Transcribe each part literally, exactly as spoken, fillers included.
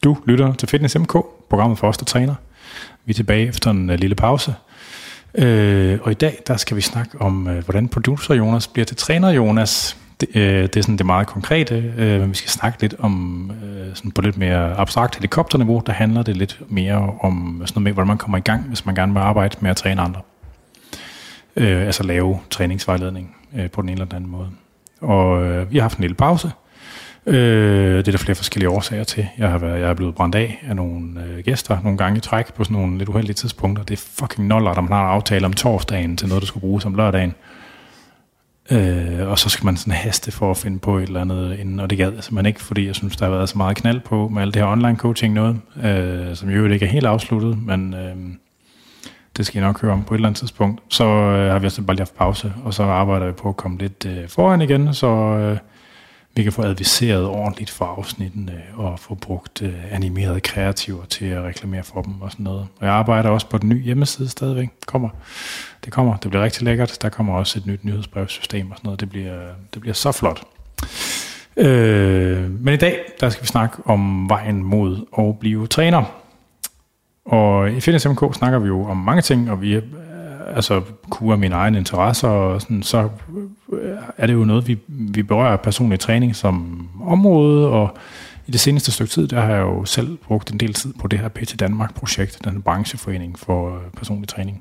Du lytter til Fitness M K, programmet for os, der træner. Vi er tilbage efter en uh, lille pause. Øh, og i dag, der skal vi snakke om, uh, hvordan producer Jonas bliver til træner Jonas. Det, uh, det er sådan det meget konkrete, uh, men vi skal snakke lidt om, uh, sådan på lidt mere abstrakt helikopterniveau, der handler det lidt mere om sådan noget med, hvordan man kommer i gang, hvis man gerne vil arbejde med at træne andre. Uh, altså lave træningsvejledning uh, på den ene eller den anden måde. Og uh, vi har haft en lille pause. Øh, det er der flere forskellige årsager til. Jeg har været, jeg er blevet brændt af af nogle øh, gæster nogle gange i træk på sådan nogle lidt uheldige tidspunkter. Det er fucking noller, der man har en aftale om torsdagen til noget, der skulle bruges om lørdagen. Øh, og så skal man sådan haste for at finde på et eller andet inden, og det gad jeg simpelthen ikke, fordi jeg synes, der har været så meget knald på med alt det her online coaching noget, øh, som jo ikke er helt afsluttet, men øh, det skal I nok høre om på et eller andet tidspunkt. Så øh, har vi også bare lige haft pause, og så arbejder vi på at komme lidt øh, foran igen, så øh, vi kan få adviseret ordentligt for afsnittene og få brugt uh, animerede kreativer til at reklamere for dem og sådan noget. Og jeg arbejder også på den nye hjemmeside stadigvæk. Kommer. Det kommer. Det bliver rigtig lækkert. Der kommer også et nyt nyhedsbrevssystem og sådan noget. Det bliver, det bliver så flot. Øh, men i dag, der skal vi snakke om vejen mod at blive træner. Og i Fitness M K snakker vi jo om mange ting, og vi altså kunne af mine egne interesser, og sådan, så er det jo noget, vi, vi berører personlig træning som område, og i det seneste stykke tid, der har jeg jo selv brugt en del tid på det her P T Danmark-projekt, den brancheforening for personlig træning.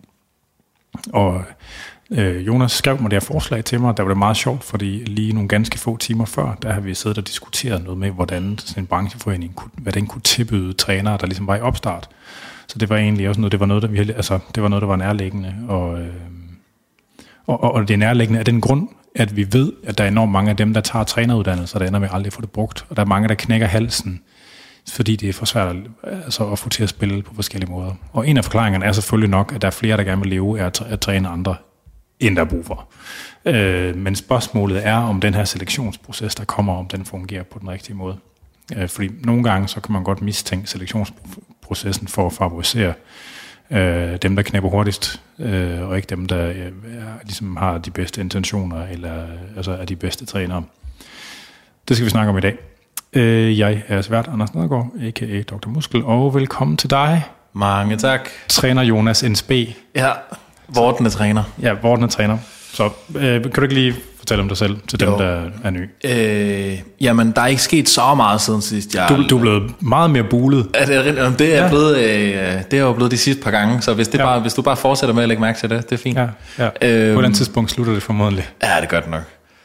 Og øh, Jonas skrev mig det her forslag til mig, der var det meget sjovt, fordi lige nogle ganske få timer før, der har vi siddet og diskuteret noget med, hvordan sådan en brancheforening kunne, hvad den kunne tilbyde trænere, der ligesom var i opstart. Så det var egentlig også noget, det var noget, der, vi, altså, det var noget, der var nærliggende. Og, øh, og, og det er nærliggende af den grund, at vi ved, at der er enormt mange af dem, der tager træneruddannelser, der ender med aldrig at få det brugt. Og der er mange, der knækker halsen, fordi det er for svært altså, at få til at spille på forskellige måder. Og en af forklaringerne er selvfølgelig nok, at der er flere, der gerne vil leve af at træne andre, end der er brug for. Øh, men spørgsmålet er, om den her selektionsproces, der kommer, om den fungerer på den rigtige måde. Øh, fordi nogle gange, så kan man godt mistænke selektionsprocessen for at favorisere øh, dem, der knæpper hurtigst, øh, og ikke dem, der øh, ligesom har de bedste intentioner, eller altså er de bedste trænere. Det skal vi snakke om i dag. Øh, jeg er svært Anders Nedergaard, a k a. doktor Muskel, og velkommen til dig. Mange tak. Træner Jonas N S B. Ja, vortende træner. Ja, vortende træner. Så øh, kan du ikke lige fortælle om dig selv til dem, jo. Der er nye? Øh, jamen, der er ikke sket så meget siden sidst. Jeg du, du er blevet meget mere bulet. Er det, det, er ja. blevet, øh, det er jo blevet de sidste par gange, så hvis, det ja. bare, hvis du bare fortsætter med at lægge mærke til det, det er fint. Ja, ja. Øhm, På et andet tidspunkt slutter det formodentlig. Ja, det gør det nok.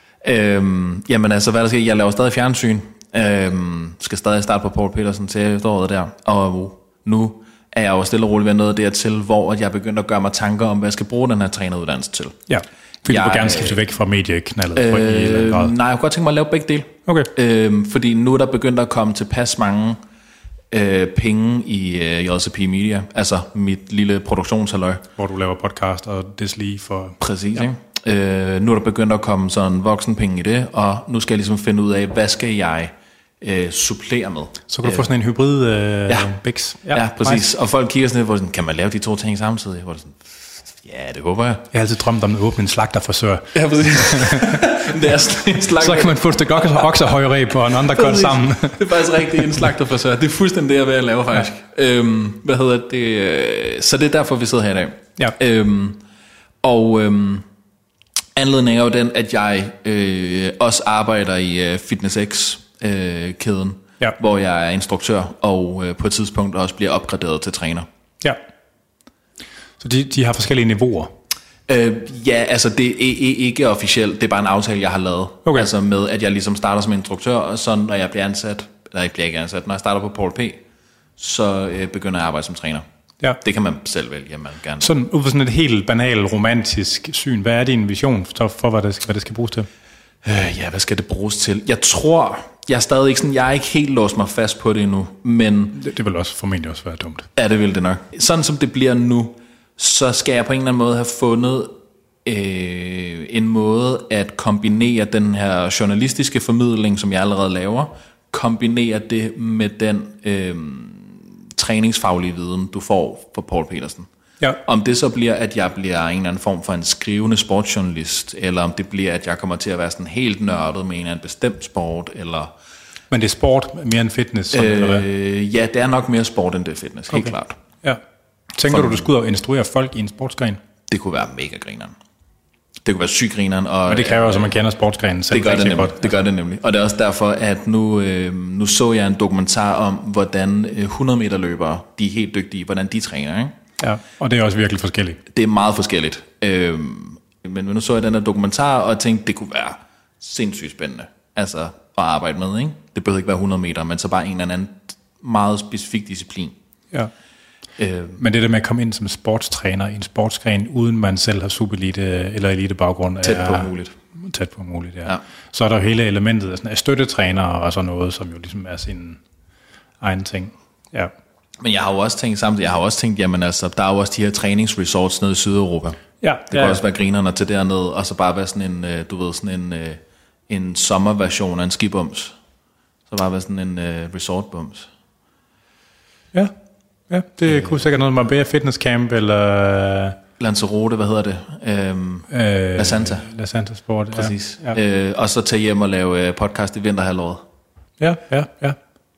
Øhm, jamen altså, hvad der sker? Jeg laver stadig fjernsyn. Øhm, skal stadig starte på Poul Petersen til efteråret der. Og nu er jeg jo stille og roligt ved noget dertil, hvor jeg begynder at gøre mig tanker om, hvad jeg skal bruge den her træneruddannelse til. Ja. Fordi jeg, du vil gerne skifte væk fra medieknaldet øh, på en eller anden grad. Nej, jeg kunne godt tænke mig at lave begge dele. Okay. Øh, fordi nu er der begyndt at komme tilpas mange øh, penge i øh, J C P Media. Altså mit lille produktionshalløj. Hvor du laver podcast og deslige for... Præcis, ja. Ikke? Øh, nu er der begyndt at komme sådan voksenpenge i det, og nu skal jeg ligesom finde ud af, hvad skal jeg øh, supplere med. Så kan du få sådan en hybrid øh, ja. biks. Ja, ja, præcis. Nice. Og folk kigger sådan lidt, hvor sådan, kan man lave de to ting samtidig? Hvor det sådan, ja, det håber jeg. Jeg har altid drømt om at åbne en slagterfrisør. Ja, præcis. Det er slagter. Så kan man få et stykke okserhøjræb på en undercut sammen. Det er faktisk rigtigt en slagterfrisør. Det er fuldstændig det, jeg er ved at lave faktisk. Ja. Øhm, hvad hedder det? Så det er derfor, vi sidder her i dag. Ja. Øhm, og øhm, anledningen er jo den, at jeg øh, også arbejder i øh, FitnessX-kæden, øh, ja. Hvor jeg er instruktør, og øh, på et tidspunkt også bliver opgraderet til træner. Ja. Så de, de har forskellige niveauer? Øh, ja, altså det er ikke officielt, det er bare en aftale, jeg har lavet. Okay. Altså med, at jeg ligesom starter som instruktør, og så når jeg bliver ansat, eller jeg bliver ikke ansat, når jeg starter på Poul P, så øh, begynder jeg at arbejde som træner. Ja. Det kan man selv vælge, man gerne. Sådan ud fra sådan et helt banalt, romantisk syn, hvad er din vision for, hvad det skal, hvad det skal bruges til? Øh, ja, hvad skal det bruges til? Jeg tror, jeg er stadig ikke sådan, jeg er ikke helt låst mig fast på det endnu, men... Det, det vil også formentlig også være dumt. Ja, det vil det nok. Sådan som det bliver nu, så skal jeg på en eller anden måde have fundet øh, en måde at kombinere den her journalistiske formidling, som jeg allerede laver, kombinere det med den øh, træningsfaglige viden, du får fra Poul Petersen. Ja. Om det så bliver, at jeg bliver en eller anden form for en skrivende sportsjournalist, eller om det bliver, at jeg kommer til at være sådan helt nørdet med en eller anden bestemt sport, eller Men det er sport mere end fitness? Sådan, øh, eller hvad? Ja, det er nok mere sport end det er fitness, helt okay. klart. Ja. Tænker For, du, du skulle ud og instruere folk i en sportsgren? Det kunne være mega grineren. Det kunne være syg grineren. Og, Men det kræver også, at man kender sportsgrenen selv. Det gør det nemlig. Godt. Det gør det nemlig. Og det er også derfor, at nu, øh, nu så jeg en dokumentar om, hvordan hundrede meter løbere, de er helt dygtige, hvordan de træner. Ikke? Ja, og det er også virkelig forskelligt. Det er meget forskelligt. Øh, men nu så jeg den her dokumentar, og tænkte, det kunne være sindssygt spændende altså, at arbejde med. Ikke? Det behøver ikke være hundrede meter, men så bare en eller anden meget specifik disciplin. Ja. Øh, Men det der med at komme ind som sportstræner i en sportsgren, uden man selv har superelite eller elite baggrund, tæt på er muligt. Tæt på muligt, ja. ja. Så er der hele elementet af, sådan, af støttetræner og sådan noget, som jo ligesom er sin egen ting. Ja. Men jeg har jo også tænkt samtidig, jeg har også tænkt, jamen altså, der er jo også de her træningsresorts nede i Sydeuropa. Ja. Det ja, kan også være grinerne til dernede, og så bare være sådan en, du ved, sådan en, en sommerversion af en skibums. Så bare være sådan en uh, resortbums. Ja. Ja, det øh, kunne sikkert noget med Marbella Fitness Camp, eller... Lanzarote, hvad hedder det? Øhm, øh, La Santa. La Santa Sport, præcis. Ja. Ja. Øh, og så tage hjem og lave podcast i vinterhalvåret. Ja, ja, ja.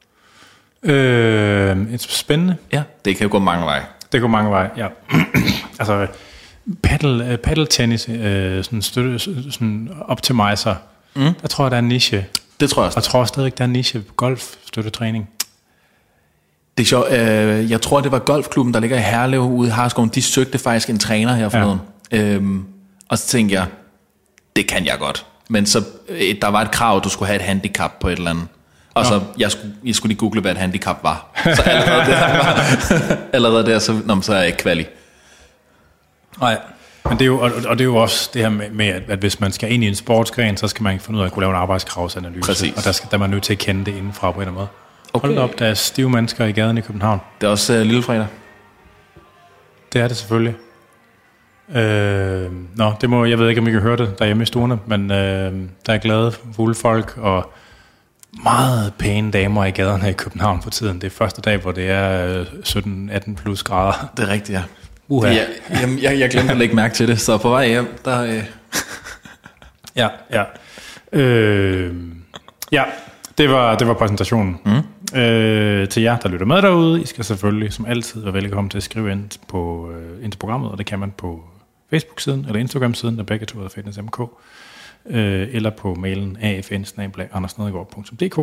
Øh, et spændende. Ja, det kan jo gå mange veje. Det går mange veje, ja. altså, paddle, paddle tennis, øh, sådan, støtte, sådan optimizer, mm. der tror jeg, der er en niche. Det tror jeg også. Og jeg tror stadig, der er en niche golf støttetræning. Det er sjovt. Øh, jeg tror, det var golfklubben, der ligger i Herlev ude i Harskoven. De søgte faktisk en træner her forleden. Ja. Øhm, og så tænkte jeg, det kan jeg godt. Men så øh, der var et krav, at du skulle have et handicap på et eller andet. Og ja. så jeg skulle, jeg skulle lige google, hvad et handicap var. Så allerede der, var, allerede der så, nå, så er jeg ikke kvali. Nej. Men det er jo, og, og det er jo også det her med, med at, at hvis man skal ind i en sportsgren, så skal man finde ud af at kunne lave en arbejdskravsanalyse. Præcis. Og der, skal, der er man nødt til at kende det indenfra på en eller anden måde. Okay. Hold op, der er stive mennesker i gaden i København. Det er også uh, Lillefredag. Det er det selvfølgelig. Øh, nå, det må, jeg ved ikke, om I kan høre det derhjemme i stuerne, men øh, der er glade, fulde folk og meget pæne damer i gaderne i København for tiden. Det er første dag, hvor det er sytten atten plus grader. Det er rigtigt, ja. Uha. Jeg, jeg, jeg, jeg glemte at lægge mærke til det, så på vej hjem, der... Øh... ja, ja. Øh, ja, det var, det var præsentationen. Mm. Øh, til jer, der lytter med derude, I skal selvfølgelig som altid være velkommen til at skrive ind, på, øh, ind til programmet, og det kan man på Facebook-siden eller Instagram-siden, der begge to hedder Fitness M K, øh, eller på mailen a f n bindestreg anders nedergaard punktum d k.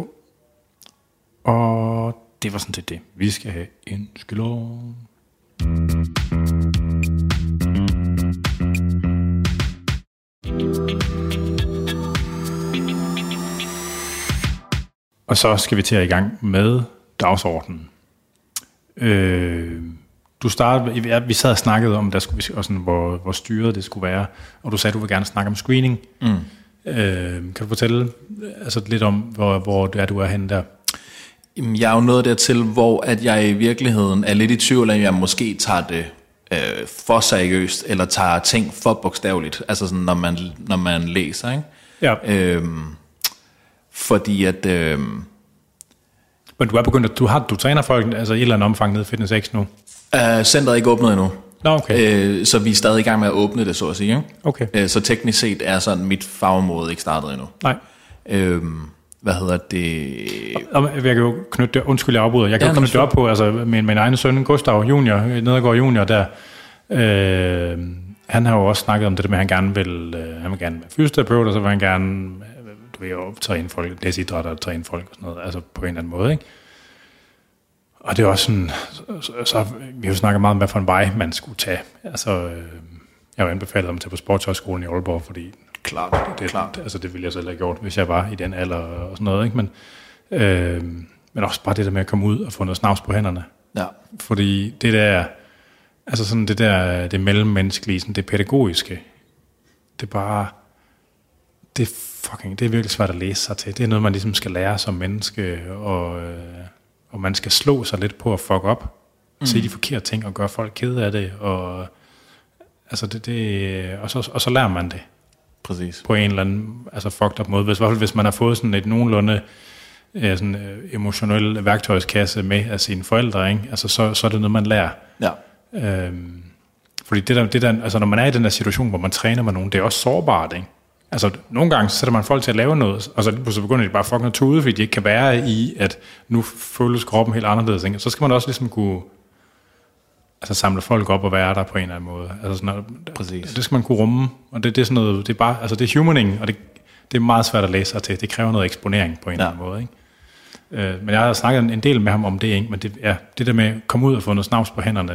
Og det var sådan set det. Vi skal have en skylder. Og så skal vi til at i gang med dagsordenen. Øh, du startede, vi sad og snakkede om, der skulle, og sådan, hvor, hvor styret det skulle være, og du sagde, at du vil gerne snakke om screening. Mm. Øh, kan du fortælle altså, lidt om, hvor, hvor det er, du er henne der? Jeg er jo nået dertil, hvor at jeg i virkeligheden er lidt i tvivl, at jeg måske tager det øh, for seriøst, eller tager ting for bogstaveligt, altså sådan, når man, når man læser, ikke? Ja. Øhm, fordi at... Øh, Men du er begyndt at, du har, du træner folk altså i et eller andet omfang nede i Fitness X nu? Øh, centret er ikke åbnet endnu. Nå, okay. Øh, så vi er stadig i gang med at åbne det, så at sige. Ikke? Okay. Øh, så teknisk set er sådan mit fagområde ikke startet endnu. Nej. Øh, hvad hedder det? Jeg kan jo knytte det, undskyld jeg afbryder, jeg kan ja, jo knytte det op på, altså min, min egen søn, Gustav Junior, Nedergaard Junior, der, øh, han har jo også snakket om det der med, at han gerne vil, øh, han vil gerne være fysioterapeut, og så vil han gerne, du ved jo, træne folk, læseidrætter og træne folk og sådan noget, altså på en eller anden måde, ikke? Og det er også sådan, så, så vi har jo snakket meget om, hvad for en vej man skulle tage. Altså, øh, jeg har jo anbefalet ham til på Sportshøjskolen i Aalborg, fordi klart, det, klart. Altså, det ville jeg selv have gjort, hvis jeg var i den alder og sådan noget, ikke? Men, øh, men også bare det der med at komme ud og få noget snavs på hænderne. Ja. Fordi det der, altså sådan det der, det mellemmenneskelige, sådan det pædagogiske, det er bare, det er fucking, det er virkelig svært at læse sig til. Det er noget, man ligesom skal lære som menneske, og, øh, og man skal slå sig lidt på at fuck op, mm. se de forkerte ting og gøre folk kede af det, og altså det, det og, så, og så lærer man det. Præcis. På en eller anden altså fucked up måde. Hvis, hvis man har fået sådan et nogenlunde ja, sådan, øh, emotionel værktøjskasse med af sine forældre, ikke? Altså, så, så er det noget, man lærer. Ja. Øhm, fordi det der, det der, altså, når man er i den der situation, hvor man træner med nogen, det er også sårbart, ikke? Altså, nogle gange så sætter man folk til at lave noget, og så pludselig begynder de bare fucking at tude, fordi de ikke kan være i, at nu føles kroppen helt anderledes. Ikke? Så skal man også ligesom kunne altså, samle folk op og være der på en eller anden måde. Altså, sådan noget, Præcis. Det skal man kunne rumme, og det, det er sådan noget, det er bare, altså det er humaning, og det, det er meget svært at læse sig til. Det kræver noget eksponering på en ja. eller anden måde, ikke? Øh, men jeg har snakket en del med ham om det, ikke? Men det, ja, det der med at komme ud og få noget snavs på hænderne,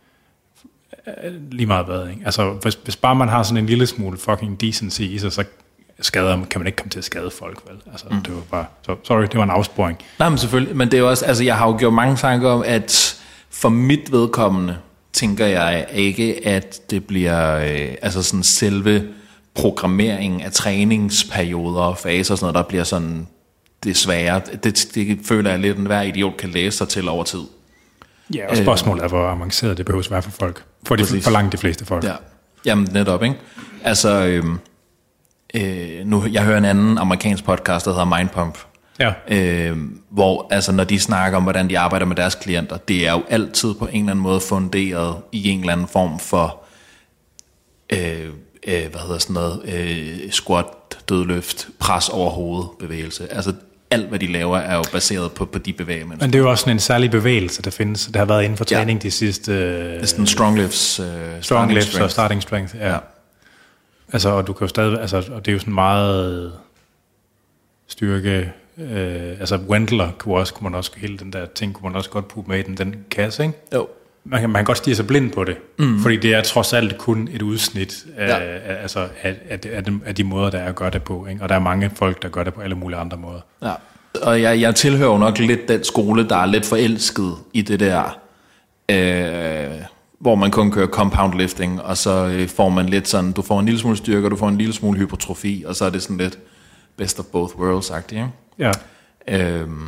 lige meget hvad, ikke? Altså, hvis, hvis bare man har sådan en lille smule fucking decency i sig, så skader, kan man ikke komme til at skade folk, vel? Altså, mm. det var bare, så, sorry, det var en afsporing. Nej, men selvfølgelig, men det er jo også, altså jeg har jo gjort mange tanker om, at for mit vedkommende, tænker jeg ikke, at det bliver, øh, altså sådan selve programmering af træningsperioder og faser og sådan noget, der bliver sådan, det er svære. Det, det føler jeg lidt, at hver idiot kan læse sig til over tid. Ja, og spørgsmålet er, hvor avanceret det behøves at være for folk. For, de, for langt de fleste folk. Ja. Jamen netop, ikke? Altså, øh, øh, nu, jeg hører en anden amerikansk podcast, der hedder Mindpump. Ja. Øh, hvor altså, når de snakker om, hvordan de arbejder med deres klienter, det er jo altid på en eller anden måde funderet i en eller anden form for, øh, øh, hvad hedder sådan noget, øh, squat, dødløft, pres over hovedet bevægelse. Altså, alt, hvad de laver, er jo baseret på, på de bevægelser. Men det er jo også sådan en særlig bevægelse, der findes. Det har været inden for træning ja. de sidste... Øh, det er sådan strong lifts. Øh, strong lifts strength. Og starting strength, ja. ja. Altså, og du kan jo stadig... Altså, og det er jo sådan meget styrke... Øh, altså, Wendler kunne, også, kunne man også... Hele den der ting kunne man også godt putte med i den, den kasse, ikke? Jo. Man kan, man kan godt stige sig blind på det, mm. fordi det er trods alt kun et udsnit af, ja. af, altså, af, af, af, de, af de måder, der er at gøre det på. Ikke? Og der er mange folk, der gør det på alle mulige andre måder. Ja. Og jeg, jeg tilhører jo nok lidt den skole, der er lidt forelsket i det der, øh, hvor man kun kører compound lifting, og så øh, får man lidt sådan, du får en lille smule styrke, og du får en lille smule hypertrofi, og så er det sådan lidt best of both worlds-agtigt. Ikke? Ja. Øhm,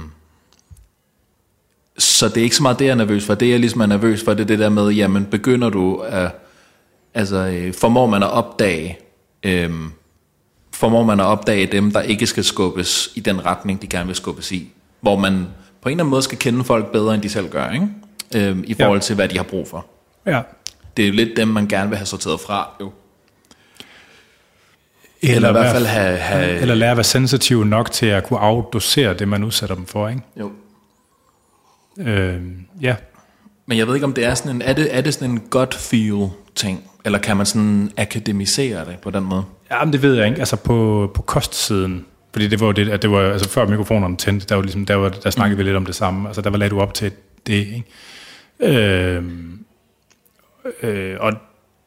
Så det er ikke så meget det, jeg er nervøs for. Det, jeg ligesom er nervøs for, det er det der med, jamen begynder du at, altså formår man at opdage, øhm, formår man at opdage dem, der ikke skal skubbes i den retning, de gerne vil skubbes i. Hvor man på en eller anden måde skal kende folk bedre, end de selv gør, ikke? Øhm, i forhold ja. til, hvad de har brug for. Ja. Det er jo lidt dem, man gerne vil have sorteret fra, jo. Eller, eller i hvert fald have, have... Eller lære at være sensitiv nok til at kunne afdosere det, man udsætter dem for, ikke? Jo. Øh, ja. Men jeg ved ikke, om det er sådan en, er det, er det sådan en gut feel ting, eller kan man sådan akademisere det på den måde? Ja, men det ved jeg ikke. Altså på, på kostsiden, fordi det var det, at det var, altså før mikrofonerne tændte, der var ligesom, der, var, der snakkede mm. vi lidt om det samme. Altså der var lagt du op til det, ikke? Øh, øh, og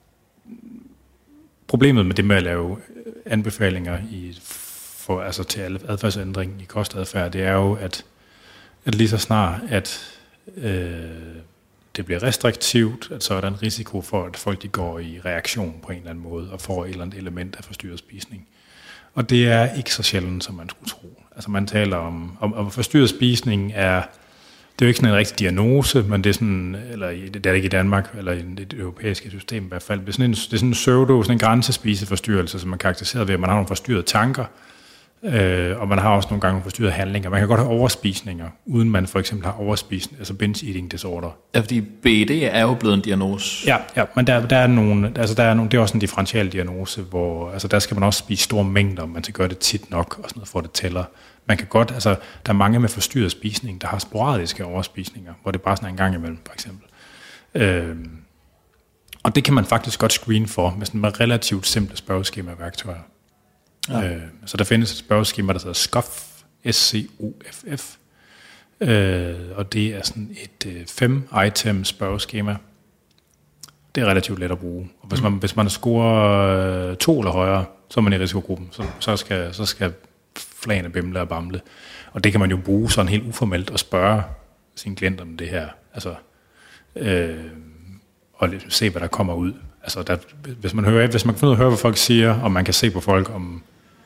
problemet med det med at lave anbefalinger i, for, altså til alle adfærdsændring i kostadfærd, det er jo, at at lige så snart, at øh, det bliver restriktivt, at så er der en risiko for, at folk de går i reaktion på en eller anden måde, og får et eller andet element af forstyrret spisning. Og det er ikke så sjældent, som man skulle tro. Altså man taler om, om, om forstyrret spisning er, det er jo ikke sådan en rigtig diagnose, men det er sådan, eller det er ikke i Danmark, eller i det europæiske system i hvert fald, det er sådan en, det er sådan en pseudo, sådan en grænsespiseforstyrrelse, som man karakteriserer ved, at man har nogle forstyrrede tanker, Øh, og man har også nogle gange forstyrret handlinger. Man kan godt have overspisninger, uden man for eksempel har overspisning, altså binge eating disorder. Ja, fordi B D er jo blevet en diagnose. Ja, ja, men der, der er nogle, altså der er nogle, det er også en differential diagnose, hvor altså der skal man også spise store mængder, man skal gøre det tit nok, og sådan noget, for det tæller. Man kan godt, altså der er mange med forstyrret spisning, der har sporadiske overspisninger, hvor det bare sådan er en gang imellem, for eksempel. Øh, og det kan man faktisk godt screene for, med sådan med relativt simple spørgeskema-værktøjer. Ja. Øh, så der findes et spørgeskema, der hedder S C O F F, S C O F F, øh, og det er sådan et øh, fem-item spørgeskema. Det er relativt let at bruge. Og hvis man, mm. hvis man scorer øh, to eller højere, så er man i risikogruppen, så, så, skal, så skal flagene bimle og bamle. Og det kan man jo bruge sådan helt uformelt og spørge sine klienter om det her. Altså, øh, og se, hvad der kommer ud. Altså, der, hvis man hører, hvis man kan finde ud af at høre, hvad folk siger, og man kan se på folk, om,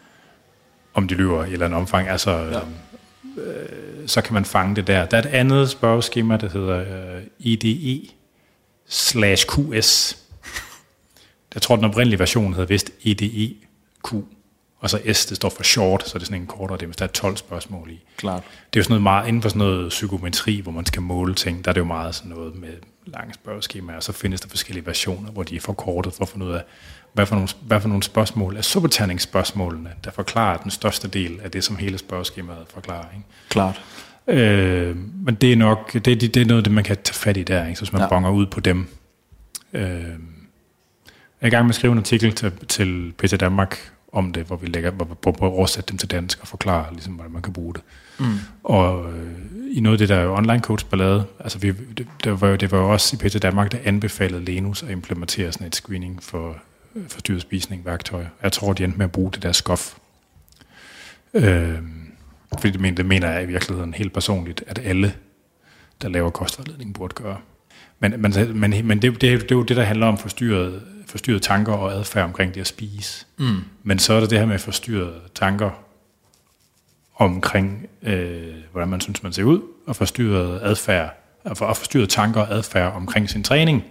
om de lyver i et eller andet omfang, altså, ja. øh, så kan man fange det der. Der er et andet spørgeskema, der hedder øh, I D E slash Q S. Jeg tror, den oprindelige version hedder vist E D E Q, og så S, det står for short, så det er sådan en kortere, det hvis der er tolv spørgsmål i. Klart. Det er jo sådan noget meget, inden for sådan noget psykometri, hvor man skal måle ting, der er det jo meget sådan noget med lange spørgeskemaer, og så findes der forskellige versioner, hvor de er forkortet for at finde ud af, hvad for nogle, hvad for nogle spørgsmål er suppeterningsspørgsmålene, der forklarer den største del af det, som hele spørgeskemaet forklarer. Ikke? Klart. Øh, men det er nok det, det, det er noget af det, man kan tage fat i der, ikke? Så hvis man ja. bonger ud på dem. Øh, jeg er i gang med at skrive en artikel til, til P T Danmark om det, hvor vi lægger, hvor vi prøver at oversætte dem til dansk og forklare, ligesom, hvordan man kan bruge det. Mm. Og øh, i noget af det der online coach ballade, altså vi, det, det, var jo, det var jo også i P T Danmark, der anbefalede Lenus at implementere sådan et screening for forstyrret spisning værktøj. Jeg tror, de endte med at bruge det der skof. Øh, fordi det mener, det mener jeg i virkeligheden helt personligt, at alle, der laver kostvejledning, burde gøre. Men, men, men, men det, det, det er jo det, der handler om forstyrrede, forstyrrede tanker og adfærd omkring det at spise. Mm. Men så er der det her med forstyrrede tanker omkring, øh, hvordan man synes, man ser ud, og forstyrrede adfærd, og forstyrrede tanker og adfærd omkring sin træning,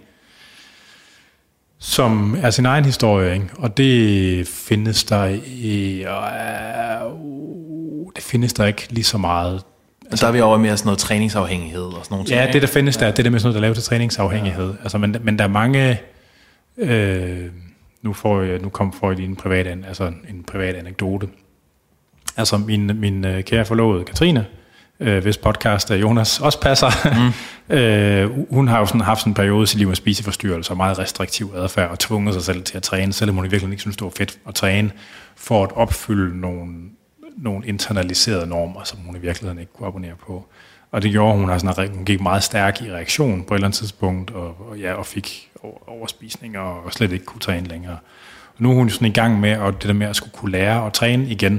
som er sin egen historie, ikke? Og det findes der i, uh, det findes der ikke lige så meget. Altså, der er vi over mere sådan noget træningsafhængighed og sådan nogle ting. Ja, det der findes der, det er det med sådan noget, der laver til træningsafhængighed. Ja. Altså, men, men der er mange, øh, nu får jeg, nu kommer får jeg lige en privat, altså en privat anekdote. Altså min, min øh, kære forlovede Katrine, øh, hvis podcast af Jonas også passer, mm. øh, hun har jo sådan haft sådan en periode i sit liv med spiseforstyrrelser og meget restriktiv adfærd og tvunget sig selv til at træne, selvom hun virkelig ikke synes, det var fedt at træne, for at opfylde nogle, nogle internaliserede normer, som hun i virkeligheden ikke kunne abonnere på. Og det gjorde hun, altså, hun gik meget stærk i reaktion på et eller andet tidspunkt, og, og, ja, og fik overspisning og slet ikke kunne træne længere. Og nu er hun sådan i gang med at, det der med at skulle kunne lære at træne igen.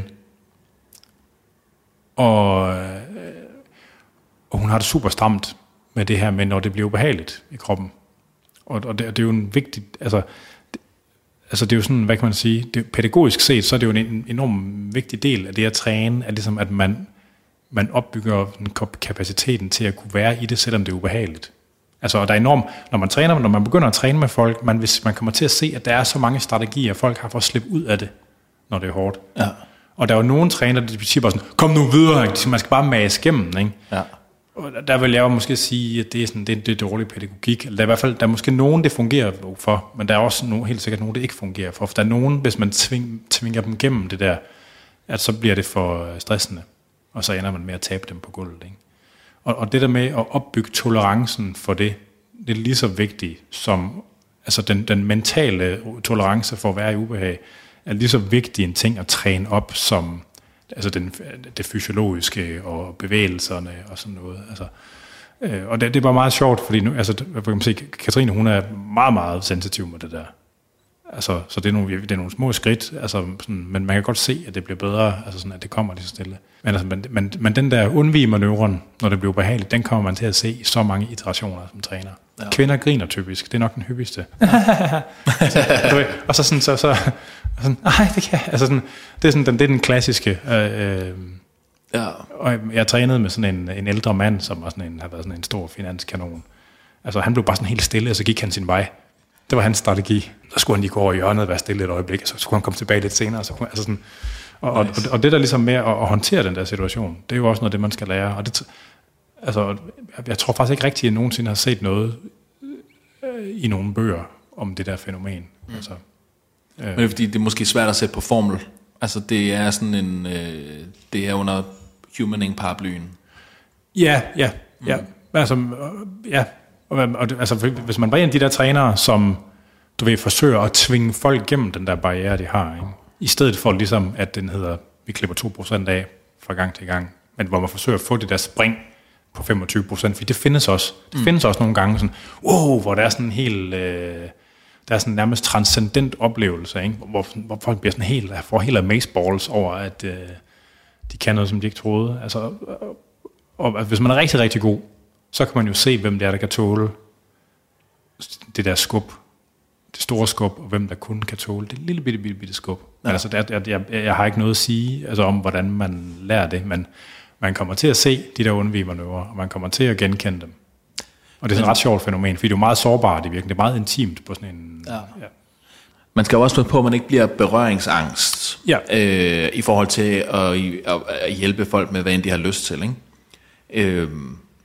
Og, og hun har det super stramt med det her med, når det bliver ubehageligt i kroppen. Og, og, det, og det er jo en vigtig, altså det, altså det er jo sådan, hvad kan man sige, det, pædagogisk set, så er det jo en, en enorm vigtig del af det at træne, at, ligesom, at man, man opbygger kapaciteten til at kunne være i det, selvom det er ubehageligt. Altså, og der er enormt, når man træner, når man begynder at træne med folk, man, hvis man kommer til at se, at der er så mange strategier, folk har for at slippe ud af det, når det er hårdt. Ja. Og der er jo nogle træner, der siger bare sådan, kom nu videre, ikke? Man skal bare mase igennem, ikke? Ja. Og der vil jeg jo måske sige, at det er, sådan, det er, det er dårlig pædagogik. Eller der er i hvert fald, der er måske nogen, det fungerer for, men der er også nogen, helt sikkert nogen, det ikke fungerer for. For der er nogen, hvis man tving, tvinger dem igennem det der, at så bliver det for stressende, og så ender man med at tabe dem på gulvet, ikke? Og, og det der med at opbygge tolerancen for det, det er lige så vigtigt som altså den, den mentale tolerance for at være i ubehag, er lige så vigtig en ting at træne op som altså den, det fysiologiske og bevægelserne og sådan noget. Altså, øh, og det, det er bare meget sjovt, fordi nu, altså, kan man se, Katrine, hun er meget, meget sensitiv med det der. Altså, så det er, nogle, det er nogle små skridt, altså, sådan, men man kan godt se, at det bliver bedre, altså sådan, at det kommer lige så stille. Men, altså, men, men, men den der undvige-manøvren, når det bliver behageligt, den kommer man til at se i så mange iterationer som træner. Ja. Kvinder griner typisk, det er nok den hyppigste. så, og så sådan, så, så sådan, nej, det kan altså sådan, det er sådan, den, det er den klassiske. Øh, øh, ja. Og jeg trænede med sådan en, en ældre mand, som var sådan en, har været sådan en stor finanskanon. Altså, han blev bare sådan helt stille, og så gik han sin vej. Det var hans strategi. Så skulle han lige gå over i hjørnet og være stille et øjeblik, og så skulle han komme tilbage lidt senere. Så kunne, altså sådan, og, nice. og, og det der ligesom med at, at håndtere den der situation, det er jo også noget, det man skal lære. Og det, altså, jeg tror faktisk ikke rigtigt, at jeg nogensinde har set noget øh, i nogle bøger om det der fænomen. Mm. Altså, øh. Men det er fordi, det er måske svært at sætte på formel. Altså, det er sådan en, øh, det er under humaning-paraplyen. Ja, ja, mm. ja. Altså, øh, ja. Og, og, altså, hvis man var en af de der trænere, som du ved, forsøger at tvinge folk gennem den der barriere, de har, ikke? I stedet for ligesom, at den hedder, vi klipper to procent af fra gang til gang, men hvor man forsøger at få det der spring på femogtyve procent, for det findes også. Det mm. findes også nogle gange sådan, wow, hvor der er sådan en helt, øh, der er sådan en nærmest transcendent oplevelse, ikke? Hvor, hvor folk bliver sådan helt, får helt amazeballs over, at øh, de kan noget, som de ikke troede. Altså, og, og hvis man er rigtig, rigtig god, så kan man jo se, hvem det er, der kan tåle det der skub, det store skub, og hvem der kun kan tåle det lille bitte, bitte, bitte skub. Ja. Altså, der, jeg, jeg, jeg har ikke noget at sige altså, om, hvordan man lærer det, men man kommer til at se de der undvige-manøvrer, og man kommer til at genkende dem. Og det er sådan et ret sjovt fænomen, fordi det er jo meget sårbart i virkeligheden. Det er meget intimt på sådan en... Ja. Ja. Man skal jo også passe på, at man ikke bliver berøringsangst ja. øh, i forhold til at, at, at hjælpe folk med, hvad end de har lyst til, ikke? Øh,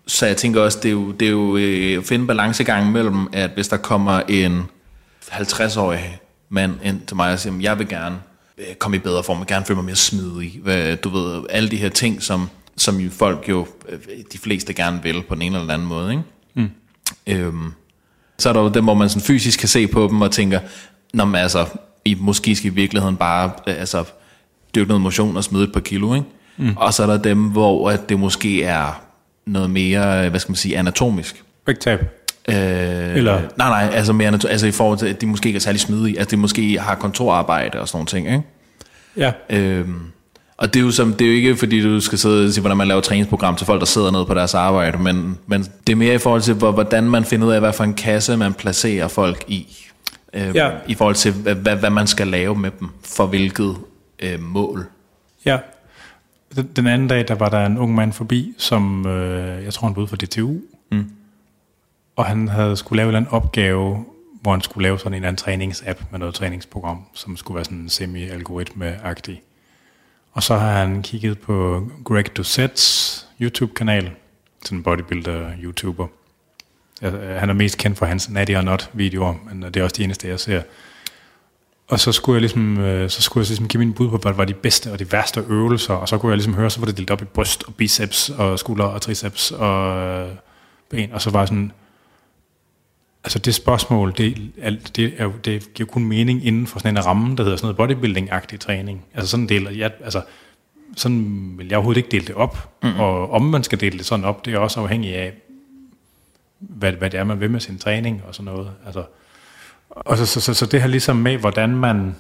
Så jeg tænker også, det er jo, det er jo øh, at finde balancegangen mellem, at hvis der kommer en halvtreds-årig mand ind til mig og siger, jeg vil gerne øh, komme i bedre form, jeg vil gerne føle mig mere smidig. Hvad, du ved, alle de her ting, som, som jo folk jo, øh, de fleste gerne vil på den ene eller anden måde. Ikke? Mm. Øhm, så er der jo dem, hvor man sådan fysisk kan se på dem og tænker, nå, men altså, I måske skal i virkeligheden bare øh, altså, dyrke noget motion og smide et par kilo. Ikke? Mm. Og så er der dem, hvor at det måske er noget mere, hvad skal man sige, anatomisk. Vægttab. Øh, Eller? Nej, nej, altså, mere anatom- altså i forhold til, at de måske ikke er særlig smidige. Altså de måske har kontorarbejde og sådan nogle ting, ikke? Ja. Øhm, og det er, jo som, det er jo ikke, fordi du skal sidde og sige, hvordan man laver træningsprogram til folk, der sidder nede på deres arbejde, men, men det er mere i forhold til, hvordan man finder ud af, hvad for en kasse man placerer folk i. Øh, ja. I forhold til, hvad, hvad man skal lave med dem, for hvilket øh, mål. Ja. Den anden dag, der var der en ung mand forbi, som, øh, jeg tror han var ude for D T U, mm. og han havde skulle lave en eller anden opgave, hvor han skulle lave sådan en eller anden træningsapp med noget træningsprogram, som skulle være sådan semi-algoritme-agtig. Og så har han kigget på Greg Doucette's YouTube-kanal, sådan en bodybuilder-YouTuber. Han er mest kendt for hans Natty or Not-videoer, men det er også de eneste, jeg ser. Og så skulle jeg ligesom, så skulle jeg ligesom give min bud på, hvad var de bedste og de værste øvelser, og så kunne jeg ligesom høre, så var det delt op i bryst og biceps og skulder og triceps og ben, og så var sådan, altså det spørgsmål, det, det, er, det giver kun mening inden for sådan en ramme, der hedder sådan noget bodybuilding-agtig træning. Altså sådan del, jeg, altså sådan vil jeg overhovedet ikke dele det op, mm-hmm. og om man skal dele det sådan op, det er også afhængigt af, hvad, hvad det er, man vil med sin træning og sådan noget, altså. Og så, så, så, så det her ligesom med, hvordan man,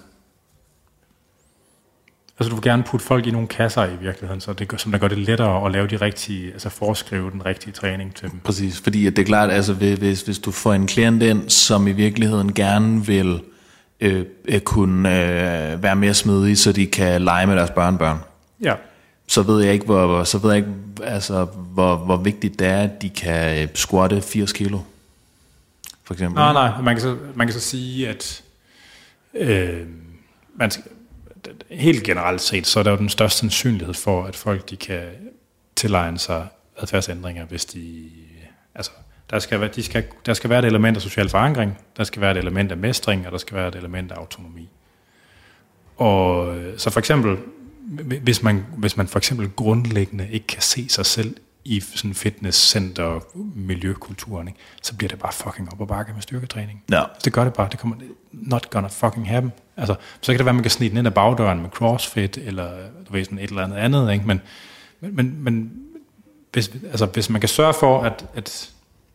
altså du vil gerne putte folk i nogle kasser i virkeligheden, så det, som der gør det lettere at lave de rigtige, altså foreskrive den rigtige træning til dem. Præcis, fordi det er klart, altså hvis, hvis du får en klient ind, som i virkeligheden gerne vil øh, kunne øh, være mere smidige, så de kan lege med deres børnebørn. Ja. Så ved jeg ikke, hvor, så ved jeg ikke, altså, hvor, hvor vigtigt det er, at de kan squatte firs kilo. For eksempel. Nej, nej, man kan så, man kan så sige, at øh, man skal, helt generelt set, så er der jo den største sandsynlighed for, at folk de kan tilegne sig adfærdsændringer, hvis de, altså, der skal, være, de skal, der skal være et element af social forankring, der skal være et element af mestring, og der skal være et element af autonomi. Og så for eksempel, hvis man, hvis man for eksempel grundlæggende ikke kan se sig selv i sådan fitnesscenter miljøkulturen, ikke? Så bliver det bare fucking op og bakke med styrketræning. Ja. Det gør det bare. Det kommer not gonna fucking happen. Altså, så kan det være, at man kan snige den ind ad bagdøren med CrossFit, eller du ved, sådan et eller andet andet, ikke? Men, men, men, men hvis, altså, hvis man kan sørge for, at, at,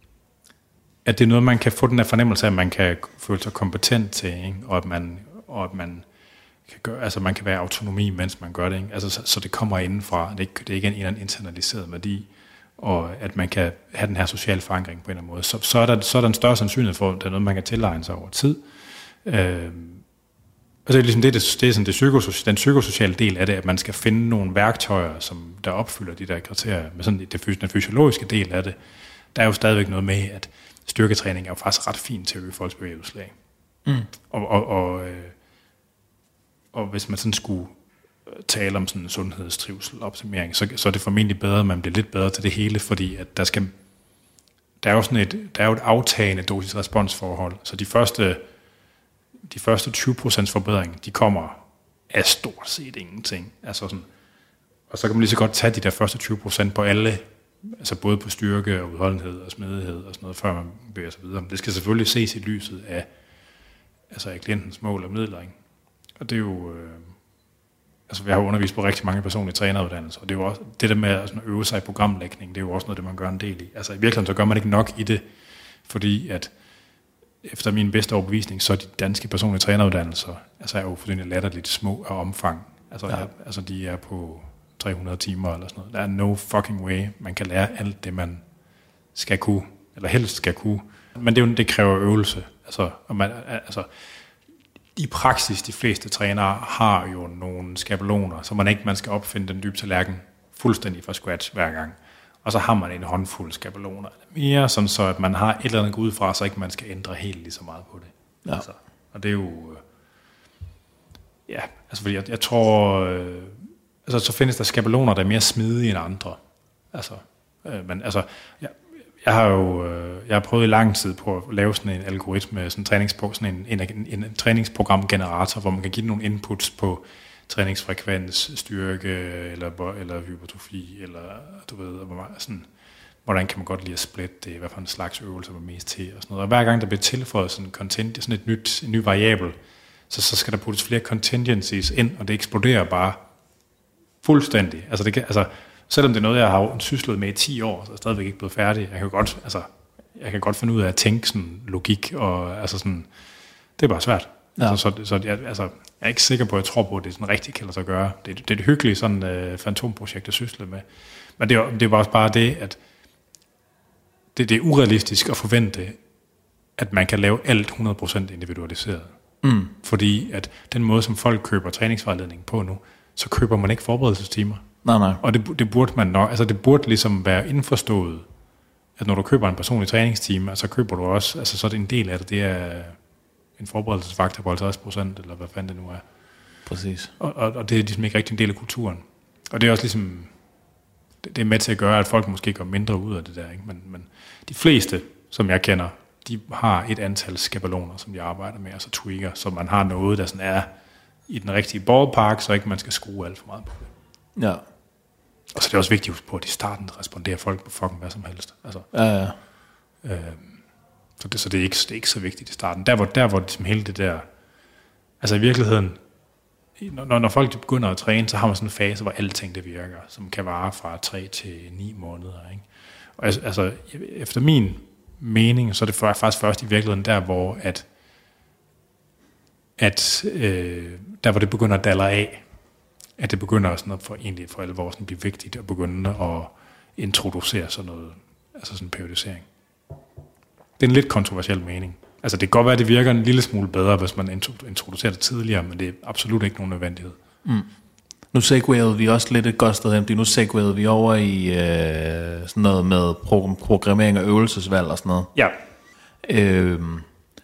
at det er noget, man kan få den her fornemmelse af, at man kan føle sig kompetent til, ikke? Og at man, og at man kan gøre, altså man kan være autonomi, mens man gør det, ikke? Altså, så, så det kommer indenfra. Det er ikke, det er ikke en eller anden internaliseret værdi, og at man kan have den her sociale forankring på en eller anden måde. Så, så, er, der, så er der en større sandsynlighed for, at det er noget, man kan tilegne sig over tid. Øh, og det er ligesom det, det, det er sådan det psykosociale, den psykosociale del af det, at man skal finde nogle værktøjer, som der opfylder de der kriterier. Men sådan det, den fysiologiske del af det, der er jo stadigvæk noget med, at styrketræning er jo faktisk ret fint til at øge folks bevægelseslag. Mm. Og, og, og øh, Og hvis man sådan skulle tale om sådan en sundhedstrivsel optimering, så, så er det formentlig bedre, at man bliver lidt bedre til det hele, fordi at der skal, der er jo sådan et, der er jo et aftagende dosis-responsforhold. Så de første, de første tyve procent forbedring, de kommer af stort set ingenting. Altså sådan, og så kan man lige så godt tage de der første tyve procent på alle, altså både på styrke og udholdenhed og smidighed og sådan noget, før man bevæger sig videre. Men det skal selvfølgelig ses i lyset af, altså af klientens mål og midler, ikke? Og det er jo, øh, altså vi har undervist på rigtig mange personlige træneruddannelser, og det er jo også, det der med at øve sig i programlægning, det er jo også noget, det man gør en del i. Altså i virkeligheden, så gør man ikke nok i det, fordi at efter min bedste overbevisning, så er de danske personlige træneruddannelser, altså er jo fuldstændig latterligt små af omfang. Altså, ja. er, altså de er på tre hundrede timer eller sådan noget. Der er no fucking way, man kan lære alt det, man skal kunne, eller helst skal kunne. Men det, er jo, det kræver øvelse. Altså, og man, altså i praksis, de fleste trænere har jo nogle skabeloner, så man ikke man skal opfinde den dybe tallerken fuldstændig fra scratch hver gang. Og så har man en håndfuld skabeloner. Mere sådan så, at man har et eller andet gå ud fra, så ikke man skal ændre helt lige så meget på det. Ja. Altså, og det er jo, øh, ja, altså fordi jeg, jeg tror, øh, altså så findes der skabeloner, der er mere smidige end andre. Altså, Øh, men altså, jeg, jeg har jo øh, jeg har prøvet i lang tid på at lave sådan en algoritme, sådan en, træningspro, sådan en, en, en, en træningsprogramgenerator, hvor man kan give nogle inputs på træningsfrekvens, styrke, eller, eller hypertrofi, eller du ved, sådan, hvordan kan man godt lide at splitte det, hvad for en slags øvelse man mest til, og sådan noget. Og hver gang der bliver tilføjet sådan content, sådan et nyt, en ny variabel, så, så skal der puttes flere contingencies ind, og det eksploderer bare fuldstændig. Altså, det kan, altså selvom det er noget, jeg har syslet med i ti år, så er jeg stadigvæk ikke blevet færdig. Jeg kan godt, altså, jeg kan godt finde ud af at tænke sådan logik, og altså sådan, det er bare svært. Ja. Altså, så, så jeg, altså, jeg er ikke sikker på, at jeg tror på, at det sådan rigtigt kan lade sig gøre. Det, det er et hyggeligt sådan uh, fantomprojekt, jeg sysler med. Men det er, det er bare også bare det, at det, det er urealistisk at forvente, at man kan lave alt hundrede procent individualiseret. Mm. Fordi at den måde, som folk køber træningsvejledning på nu, så køber man ikke forberedelsestimer. Nej, nej. Og det, det burde man nok, altså det burde ligesom være indforstået, at når du køber en personlig træningstime, så køber du også, altså så er det en del af det, det er en forberedelsesfaktor på halvtreds procent, eller hvad fanden det nu er. Præcis. Og, og, og det er ligesom ikke rigtig en del af kulturen. Og det er også ligesom, det, det er med til at gøre, at folk måske går mindre ud af det der, ikke? Men, men de fleste, som jeg kender, de har et antal skabeloner, som de arbejder med, og så tweaker, så man har noget, der sådan er i den rigtige ballpark, så ikke man skal skrue alt for meget på det. Ja. Og så er det også vigtigt at huske på, at i starten responderer folk på fucking hvad som helst. Altså, ja, ja. Øh, så det, så det, er ikke, det er ikke så vigtigt i starten. Der hvor, der, hvor ligesom hele det der, altså i virkeligheden, når, når folk begynder at træne, så har man sådan en fase, hvor alting det virker, som kan vare fra tre til ni måneder. Ikke? Og altså, efter min mening, så er det faktisk først i virkeligheden der, hvor at, at øh, der hvor det begynder at dalle af, at det begynder sådan at for, egentlig for alvor sådan at blive vigtigt at begynde at introducere sådan noget, altså sådan en periodisering. Det er en lidt kontroversiel mening. Altså det kan godt være, at det virker en lille smule bedre, hvis man introducerer det tidligere, men det er absolut ikke nogen nødvendighed. Mm. Nu segwayede vi også lidt et godt sted hen, fordi nu segwayede vi over i øh, sådan noget med pro- programmering og øvelsesvalg og sådan noget. Ja. Øhm,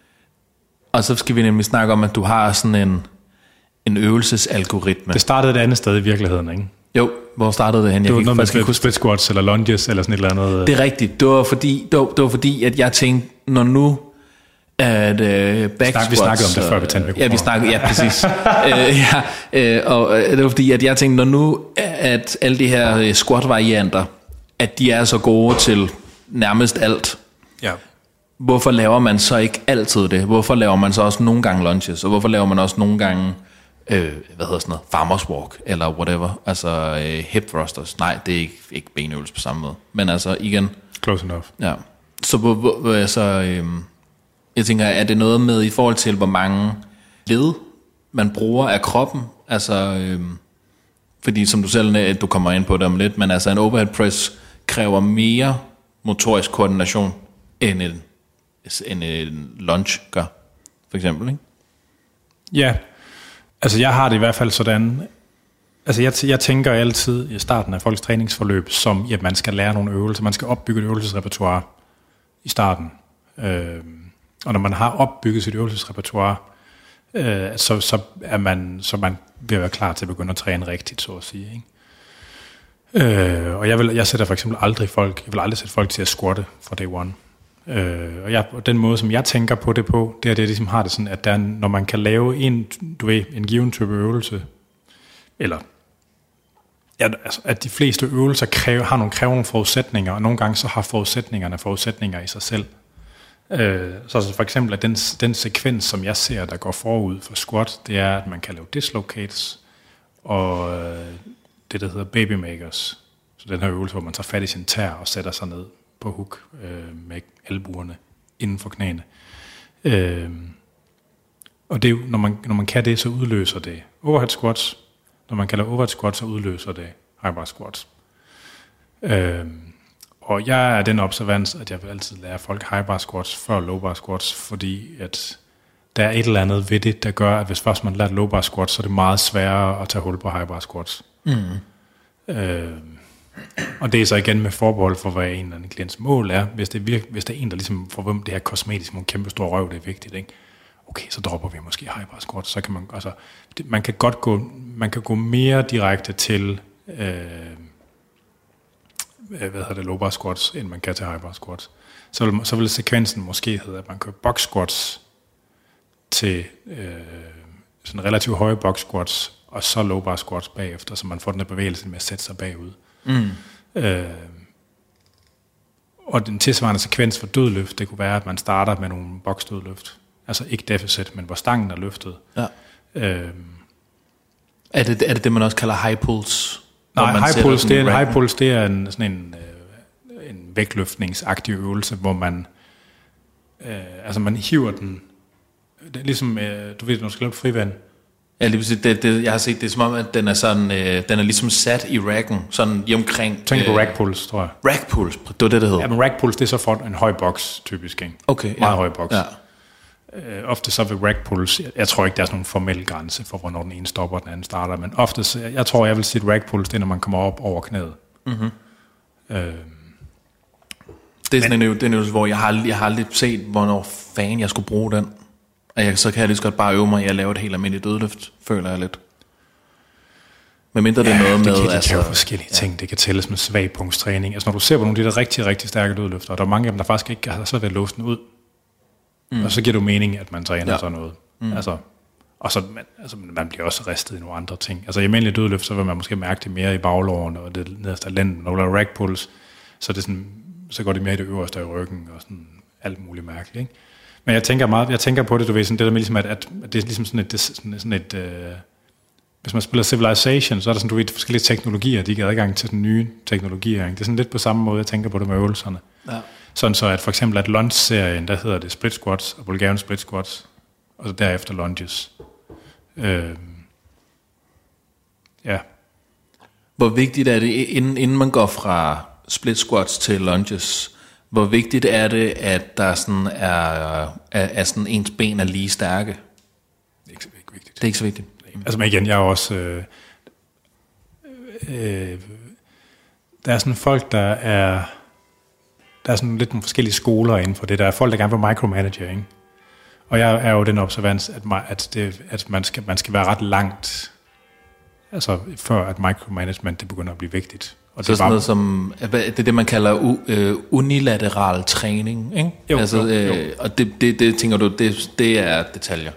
og så skal vi nemlig snakke om, at du har sådan en, en øvelsesalgoritme. Det startede et andet sted i virkeligheden, ikke? Jo, hvor startede det hen? Det var noget med split squats eller lunges eller sådan et eller andet. Det er rigtigt. Det var fordi, det var, det var fordi at jeg tænkte, når nu at uh, back Snak, vi snakkede om det før vi tændte mikrofonen. Ja, vi snakkede, ja, præcis. uh, ja, uh, og uh, det var fordi, at jeg tænkte, når nu at alle de her squat-varianter, at de er så gode til nærmest alt. Ja. Hvorfor laver man så ikke altid det? Hvorfor laver man så også nogle gange lunges? Og hvorfor laver man også nogle gange øh, hvad hedder sådan noget, farmers walk, eller whatever, altså øh, hip thrusters. Nej, det er ikke, ikke benøvelse på samme måde. Men altså igen. Close enough. Ja. Så hvor, hvor, altså, øh, jeg tænker, er det noget med i forhold til, hvor mange led man bruger af kroppen? Altså, øh, fordi som du selv, du kommer ind på det om lidt, men altså en overhead press kræver mere motorisk koordination, end en, end en lunge gør, for eksempel, ikke? Ja, altså jeg har det i hvert fald sådan, altså jeg, jeg tænker altid i starten af folks træningsforløb, som at man skal lære nogle øvelser, man skal opbygge et øvelsesrepertoire i starten. Øh, og når man har opbygget sit øvelsesrepertoire, øh, så, så er man, så man vil være klar til at begynde at træne rigtigt, så at sige, ikke? Øh, og jeg, vil, jeg sætter for eksempel aldrig folk, jeg vil aldrig sætte folk til at squatte fra day one. Øh, og, jeg, og den måde, som jeg tænker på det på, det er, det ligesom har det sådan, at der, når man kan lave en, du ved, en given type øvelse, eller ja, altså, at de fleste øvelser kræver, har nogle krævende forudsætninger, og nogle gange så har forudsætningerne forudsætninger i sig selv. Øh, så altså for eksempel, at den, den sekvens, som jeg ser, der går forud for squat, det er, at man kan lave dislocates, og øh, det, der hedder babymakers, så den her øvelse, hvor man tager fat i sin tær og sætter sig ned på hook øh, med albuerne inden for knæene. Øh, og det er jo, når man, når man kan det, så udløser det overhead squats. Når man kan lave overhead squats, så udløser det high bar squats. Øh, og jeg er den observans, at jeg vil altid lære folk high bar squats før low bar squats, fordi at der er et eller andet ved det, der gør, at hvis først man lærer low bar squats, så er det meget sværere at tage hul på high bar squats. Mm. Øh, Og det er så igen med forbehold for, hvad en eller anden klients mål er. Hvis det er, virke, hvis det er en, der ligesom får hvem det her kosmetisk med en kæmpe stor røv, det er vigtigt, ikke? Okay, så dropper vi måske high bar squat. Så kan man, altså, det, man kan godt gå, man kan gå mere direkte til, øh, hvad hedder det, low bar squats, end man kan til high bar squats. Så vil, så vil sekvensen måske hedde, at man kører box squats til øh, sådan relativt høje box squats, og så low bar squats bagefter, så man får den der bevægelse med at sætte sig bagud. Mm. Øh, og den tilsvarende sekvens for dødløft, det kunne være, at man starter med nogle box dødløft. Altså ikke deficit, men hvor stangen er løftet. Ja. Øh, er, det, er det det, man også kalder high pulse? Nej, high pulse, det er, high pulse, det er en, sådan en, øh, en vægtløftningsaktiv øvelse, hvor man, øh, altså man hiver den, det er ligesom, øh, du ved, når du skal lave frivand. Ja, lige præcis, det, det, jeg har set det er som om, at den er sådan, øh, den er ligesom sat i racken, sådan i omkring. Tænk på øh, rack pulse, tror jeg. Rack pulse, det var det, det hedder. Ja, men rack pulse, det er så for en høj boks, typisk, ikke? Okay, meget ja. høj boks. Ja. Øh, ofte så ved rack pulse, jeg, jeg tror ikke, der er sådan en formel grænse for, hvornår den ene stopper, og den anden starter, men ofte, jeg tror, jeg vil sige, at rack pulse, det er, når man kommer op over knæet. Mm-hmm. Øh, det er sådan men, en, det er en øvelse, hvor jeg har, jeg har aldrig set, hvornår fanden jeg skulle bruge den. Og jeg, så kan jeg lige så godt bare øve mig i at lave et helt almindeligt dødløft, føler jeg lidt. Men mindre det er ja, noget det med... Kan, det altså, kan jo forskellige ja. ting. Det kan tælles med svagpunktstræning. Altså når du ser på nogle af de der rigtig, rigtig stærke dødløfter, og der er mange af dem, der faktisk ikke har så været låst den ud. Mm. Og så giver det mening, at man træner ja. sådan noget. Mm. Altså, og så man, altså, man bliver også ristet i nogle andre ting. Altså i almindelig dødløft, så vil man måske mærke det mere i baglårene og det nederste af lænden. Når du laver rack pulse, så, det sådan, så går det mere i det øverste af ryggen og sådan alt muligt mærkeligt, ikke? Men jeg tænker meget, jeg tænker på det, du ved, sådan det der med ligesom, at, at det er ligesom sådan et, sådan, sådan et øh, hvis man spiller Civilization, så er der sådan, du ved, forskellige teknologier, de giver adgang til den nye teknologier, ikke? Det er sådan lidt på samme måde, jeg tænker på det med øvelserne. Ja. Sådan så, at for eksempel at lunge-serien, der hedder det split squats og Bulgarian split squats, og så derefter lunges. Øh, ja. Hvor vigtigt er det, inden, inden man går fra split squats til lunges, hvor vigtigt er det, at der sådan er, er, er sådan ens ben er lige stærke? Det er ikke så vigtigt. Det er ikke så vigtigt. Altså men igen, jeg er også... Øh, øh, der er sådan folk, der er... Der er sådan lidt nogle forskellige skoler inden for det. Der er folk, der gerne vil micromanage, ikke? Og jeg er jo den observans, at, at, det, at man, skal, man skal være ret langt, altså før at micromanagement det begynder at blive vigtigt. Og så det sådan noget som, det er det, man kalder u, øh, unilateral træning, ikke? Jo, altså, jo, jo. Øh, og det, det, det tænker du, det, det er detaljer?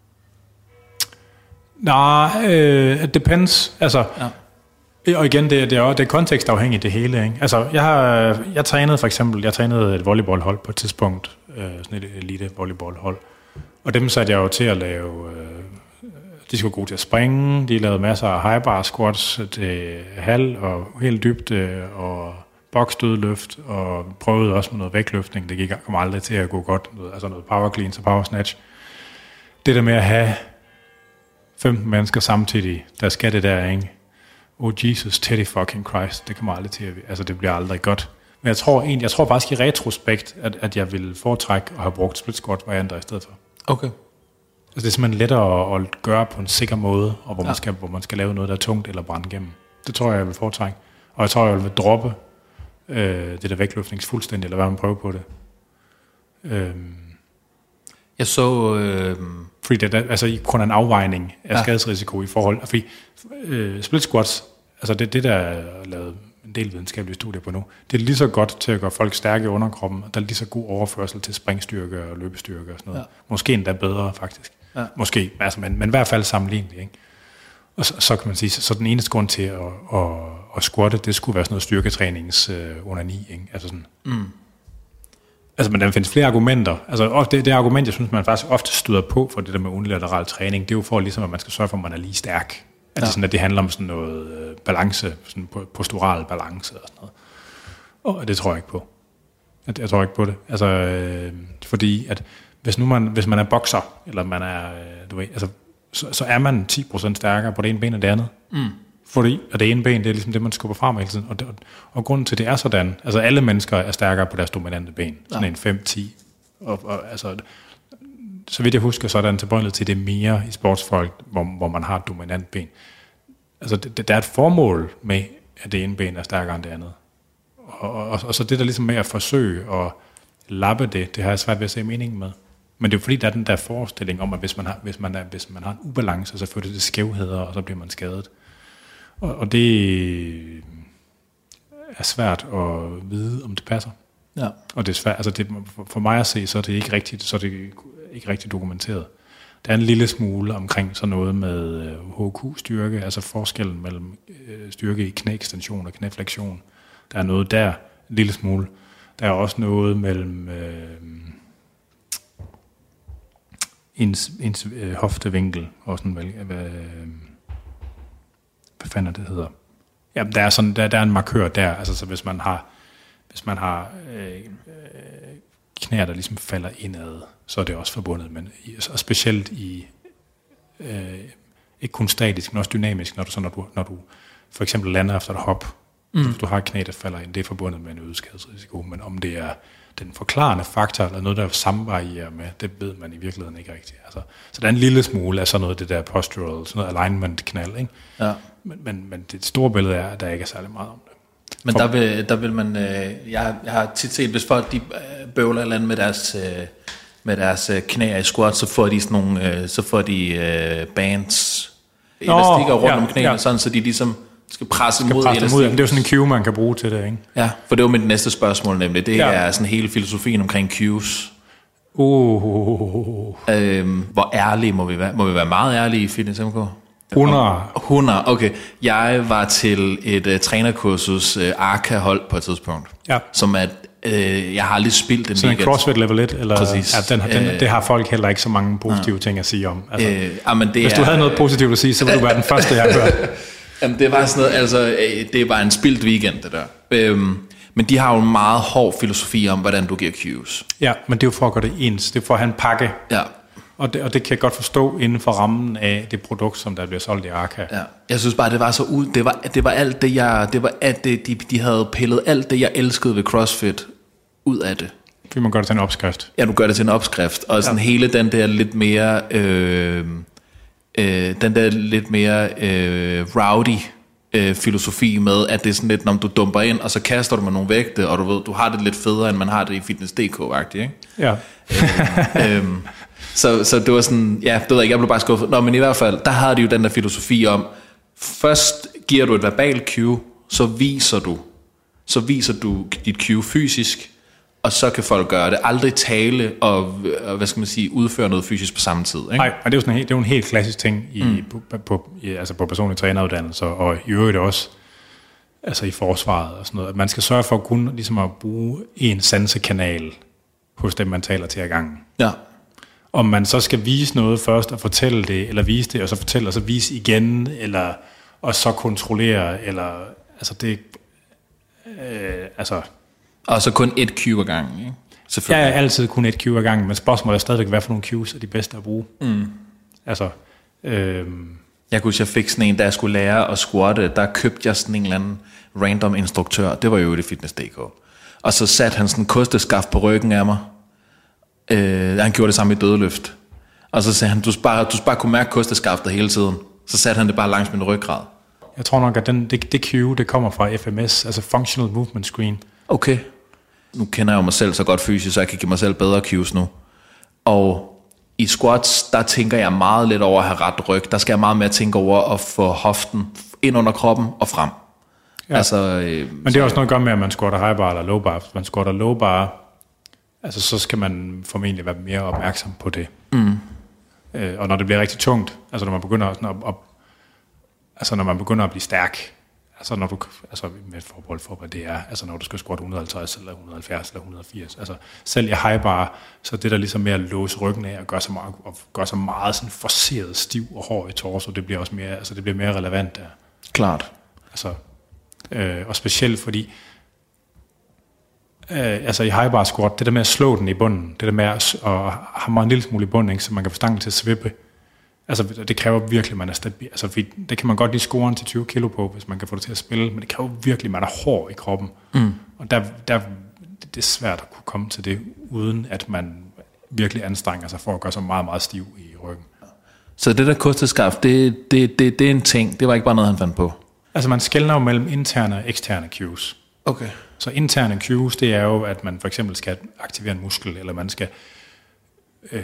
Nej, øh, it depends. Altså, ja. Og igen, det, det er det er kontekstafhængigt det hele, ikke? Altså, jeg har jeg trænede for eksempel, jeg trænede et volleyballhold på et tidspunkt, øh, sådan et elite volleyballhold, og dem satte jeg jo til at lave. Øh, de skulle gode til at springe, de lavede masser af high bar squats til halv og helt dybde og boksdødløft, og prøvede også med noget vægtløftning. Det gik kom aldrig til at gå godt, altså noget power clean og power snatch. Det der med at have femten mennesker samtidig, der skal det der, ikke? Oh Jesus, Teddy fucking Christ, det kommer aldrig til at, altså det bliver aldrig godt. Men jeg tror egentlig, jeg tror faktisk i retrospekt, at, at jeg ville foretrække at have brugt split squat varianter i stedet for. Okay. Altså det er simpelthen lettere at, at gøre på en sikker måde, og hvor, ja. man skal, hvor man skal lave noget, der er tungt eller brænde igennem. Det tror jeg, jeg vil foretrække. Og jeg tror, jeg vil droppe øh, det der vægtløftnings fuldstændig, eller hvad man prøver på det. Øhm. Jeg så... Øh... Fordi det er altså kun en afvejning af ja. skadesrisiko i forhold... Fordi øh, split squats, altså det, det der er lavet en del videnskabelige studier på nu, det er lige så godt til at gøre folk stærke i underkroppen, og der er lige så god overførsel til springstyrke og løbestyrke og sådan noget. Ja. Måske endda bedre, faktisk. Ja. Måske, altså, men, men i hvert fald sammenligneligt, ikke? Og så, så kan man sige, så, så den eneste grund til at, at, at squatte, det skulle være sådan noget styrketrænings øh, onani, ikke? Altså sådan... Mm. Altså, men der findes flere argumenter. Altså, det, det argument, jeg synes, man faktisk ofte støder på for det der med unilateral træning, det er jo for ligesom, at man skal sørge for, at man er lige stærk. At, ja. det, sådan, at det handler om sådan noget øh, balance, sådan postural balance og sådan noget. Og det tror jeg ikke på. Jeg, jeg tror ikke på det. Altså, øh, fordi at hvis nu man, hvis man er bokser, eller man er, øh, du ved, altså, så, så er man ti procent stærkere på det ene ben end det andet. Mm. Fordi, og det ene ben, det er ligesom det, man skubber frem hele tiden. Og, det, og, og grunden til, det er sådan, altså alle mennesker er stærkere på deres dominante ben. Sådan ja. en fem ti. Og, og, altså, så vidt jeg husker, så er der en tilbøjelighed til det mere i sportsfolk, hvor, hvor man har et dominant ben. Altså, det, der er et formål med, at det ene ben er stærkere end det andet. Og, og, og så det der ligesom med at forsøge at lappe det, det har jeg svært ved at se meningen med. Men det er jo fordi, der er den der forestilling om, at hvis man har, hvis man er, hvis man har en ubalance, så fører det til skævheder, og så bliver man skadet. Og, og det... er svært at vide, om det passer. Ja. Og det er svært, altså det, for mig at se, så er det ikke rigtigt, så er det ikke rigtig dokumenteret. Der er en lille smule omkring sådan noget med H Q-styrke, altså forskellen mellem styrke i knæekstension og knæflektion. Der er noget der, en lille smule. Der er også noget mellem øh, ens, ens øh, hoftevinkel og sådan, hvad, hvad, hvad fanden det hedder. Ja, der er sådan, der, der er en markør der, altså så hvis man har, hvis man har øh, knæer, der ligesom falder indad, så er det også forbundet, men og specielt i øh, ikke kun statisk, men også dynamisk, når du, så når du, når du for eksempel lander efter et hop, mm. hvis du har et knæ, der falder ind, det er forbundet med en øget skadesrisiko, men om det er den forklarende faktor, eller noget, der samvarierer med, det ved man i virkeligheden ikke rigtigt. Altså, så der er en lille smule af sådan noget, det der postural, sådan noget alignment-knald, ikke? Ja. Men, men, men det store billede er, at der ikke er særlig meget om det. Men der vil, der vil man, øh, jeg, jeg har tit set, hvis folk de øh, bøvler eller andet med deres, øh, med deres øh, knæer i squat, så får de sådan nogle, øh, så får de øh, bands, elastikker rundt ja, om knæene, ja. sådan, så de ligesom skal presse skal mod presse elastikken. mod. Det er jo sådan en cue, man kan bruge til det, ikke? Ja, for det var mit næste spørgsmål nemlig. Det ja. er sådan hele filosofien omkring cues. Uh. Øhm, hvor ærlige må vi være? Må vi være meget ærlige i Fitness M K? hundrede. hundrede, okay. Jeg var til et uh, trænerkursus uh, Arca-hold på et tidspunkt, ja. som at uh, jeg har aldrig spillet en så weekend. Så en CrossFit level et? Eller, præcis. Ja, den, den, uh, det har folk heller ikke så mange positive uh, ting at sige om. Altså, uh, jamen det hvis er, du havde noget positivt at sige, så ville du være den første, jeg har hørt. Jamen det var sådan noget, altså det var en spildt weekend det der. Øhm, men de har jo en meget hård filosofi om, hvordan du giver cues. Ja, men det er jo for at gøre det ens. Det er for at have en pakke. Ja. Og det, og det kan jeg godt forstå inden for rammen af det produkt, som der bliver solgt i Arca. Ja. Jeg synes bare, det var så ud. Det var, det var alt det, jeg... Det var alt det, de, de havde pillet alt det, jeg elskede ved CrossFit ud af det. Fordi man gør det til en opskrift. Ja, du gør det til en opskrift. Og sådan ja. hele den der lidt mere... Øh, øh, den der lidt mere øh, rowdy øh, filosofi med, at det er sådan lidt, når du dumper ind, og så kaster du med nogle vægte, og du ved, du har det lidt federe, end man har det i Fitness punktum d k-agtigt, ikke? Ja. øh, øh, Så, så det var sådan, ja, det ved jeg, jeg blev bare skuffet. Nå, men i hvert fald, der havde de jo den der filosofi om, først giver du et verbal cue, så viser du, så viser du dit cue fysisk, og så kan folk gøre det. Aldrig tale og, hvad skal man sige, udføre noget fysisk på samme tid. Ikke? Nej, og det er jo sådan en helt, det er jo en helt klassisk ting i, mm. på, på, i, altså på personlige træneruddannelser, og i øvrigt også altså i forsvaret og sådan noget. At man skal sørge for at kunne ligesom at bruge en sansekanal hos dem, man taler til ad gangen. Ja. Om man så skal vise noget først og fortælle det, eller vise det, og så fortælle, og så vise igen, eller og så kontrollere, eller altså det, øh, altså... Og så kun et cue ad gangen, ikke? Selvfølgelig. Ja, altid kun et cue ad gangen, men spørgsmålet er stadigvæk, hvad for nogle cues er de bedste at bruge. Mm. Altså... Øh, jeg kunne huske, jeg fik sådan en, da jeg skulle lære at squatte, der købte jeg sådan en eller anden random instruktør, det var jo det Fitness punktum d k. Og så satte han sådan en kosteskaft på ryggen af mig. Øh, han gjorde det samme i dødeløft. Og så sagde han, du skal bare, du skal bare kunne mærke kosteskaftet hele tiden. Så satte han det bare langs min ryggrad. Jeg tror nok, at den, det, det cue, det kommer fra F M S, altså Functional Movement Screen. Okay. Nu kender jeg mig selv så godt fysisk, så jeg kan give mig selv bedre cues nu. Og i squats, der tænker jeg meget lidt over at have ret ryg. Der skal jeg meget mere tænke over at få hoften ind under kroppen og frem. Ja. Altså, øh, Men det er også noget at gøre med, at man squatter high bar eller low bar. Hvis man squatter low bar, altså så skal man formentlig være mere opmærksom på det. Mm. Øh, og når det bliver rigtig tungt, altså når man begynder sådan at, at, altså når man begynder at blive stærk, altså når du, altså med forbehold for, hvad det er, altså når du skal squatte et hundrede og halvtreds eller et hundrede og halvfjerds eller et hundrede og firs, altså selv i high bar, så det der ligesom med at låse ryggen af og gøre så meget, og gøre så meget sådan forceret, stiv og hård i torso, det bliver også mere, altså det bliver mere relevant der. Klart. Altså, øh, og specielt fordi Øh, altså i high bar squat, det der med at slå den i bunden, det der med at og hamre en lille smule i bunden, ikke, så man kan få stangen til at svippe, altså det kræver virkelig, at man er stabil. Altså det kan man godt lige score til tyve kilo på, hvis man kan få det til at spille, men det kræver virkelig, at man er hård i kroppen. Mm. Og der, der, det er svært at kunne komme til det, uden at man virkelig anstrenger sig for at gøre sig meget, meget stiv i ryggen. Så det der kosteskaft, det, det, det, det er en ting, det var ikke bare noget, han fandt på? Altså man skelner jo mellem interne og eksterne cues. Okay. Så interne cues, det er jo, at man for eksempel skal aktivere en muskel, eller man skal, øh,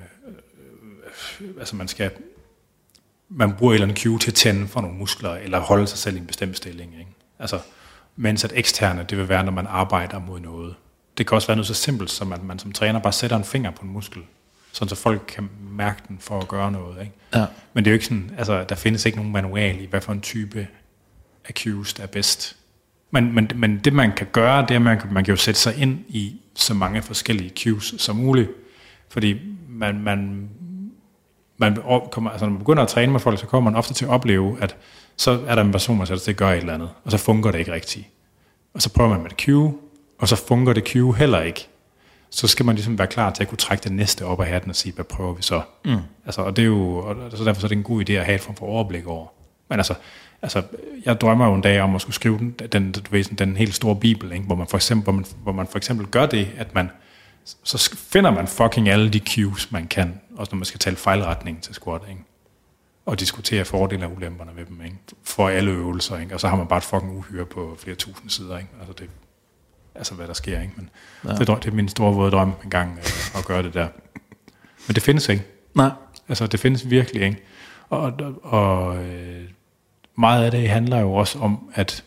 altså man skal, man bruger et eller andet cue til at tænde for nogle muskler, eller holde sig selv i en bestemt stilling, ikke? Altså, mens at eksterne, det vil være, når man arbejder mod noget. Det kan også være noget så simpelt, som at man som træner bare sætter en finger på en muskel, sådan så folk kan mærke den for at gøre noget. Ikke? Ja. Men det er jo ikke sådan, altså der findes ikke nogen manual i, hvad for en type af cues, der er bedst. Men, men, men det man kan gøre, det er, at man, man kan jo sætte sig ind i så mange forskellige cues som muligt. Fordi man, man, man kommer, altså når man begynder at træne med folk, så kommer man ofte til at opleve, at så er der en person, man sætter til at gøre et eller andet, og så fungerer det ikke rigtigt. Og så prøver man med et cue, og så fungerer det cue heller ikke. Så skal man ligesom være klar til at kunne trække det næste op af hatten og sige, hvad prøver vi så? Mm. Altså, og det er jo, og så derfor så er det en god idé at have et form for overblik over. Men altså, altså, jeg drømmer jo en dag om at skulle skrive den, den, du ved, den helt store bibel, ikke? Hvor man for eksempel, hvor man, hvor man for eksempel gør det, at man så finder man fucking alle de cues, man kan, også når man skal tale fejlretning til squat, ikke? Og diskutere fordele og ulemperne ved dem, ikke? For alle øvelser, ikke? Og så har man bare et fucking uhyre på flere tusind sider, ikke? Altså, det, altså hvad der sker, ikke? Men ja. det, det er min store våde drøm engang øh, at gøre det der. Men det findes ikke. Nej. Altså, det findes virkelig ikke. Og, og, og øh, meget af det handler jo også om, at,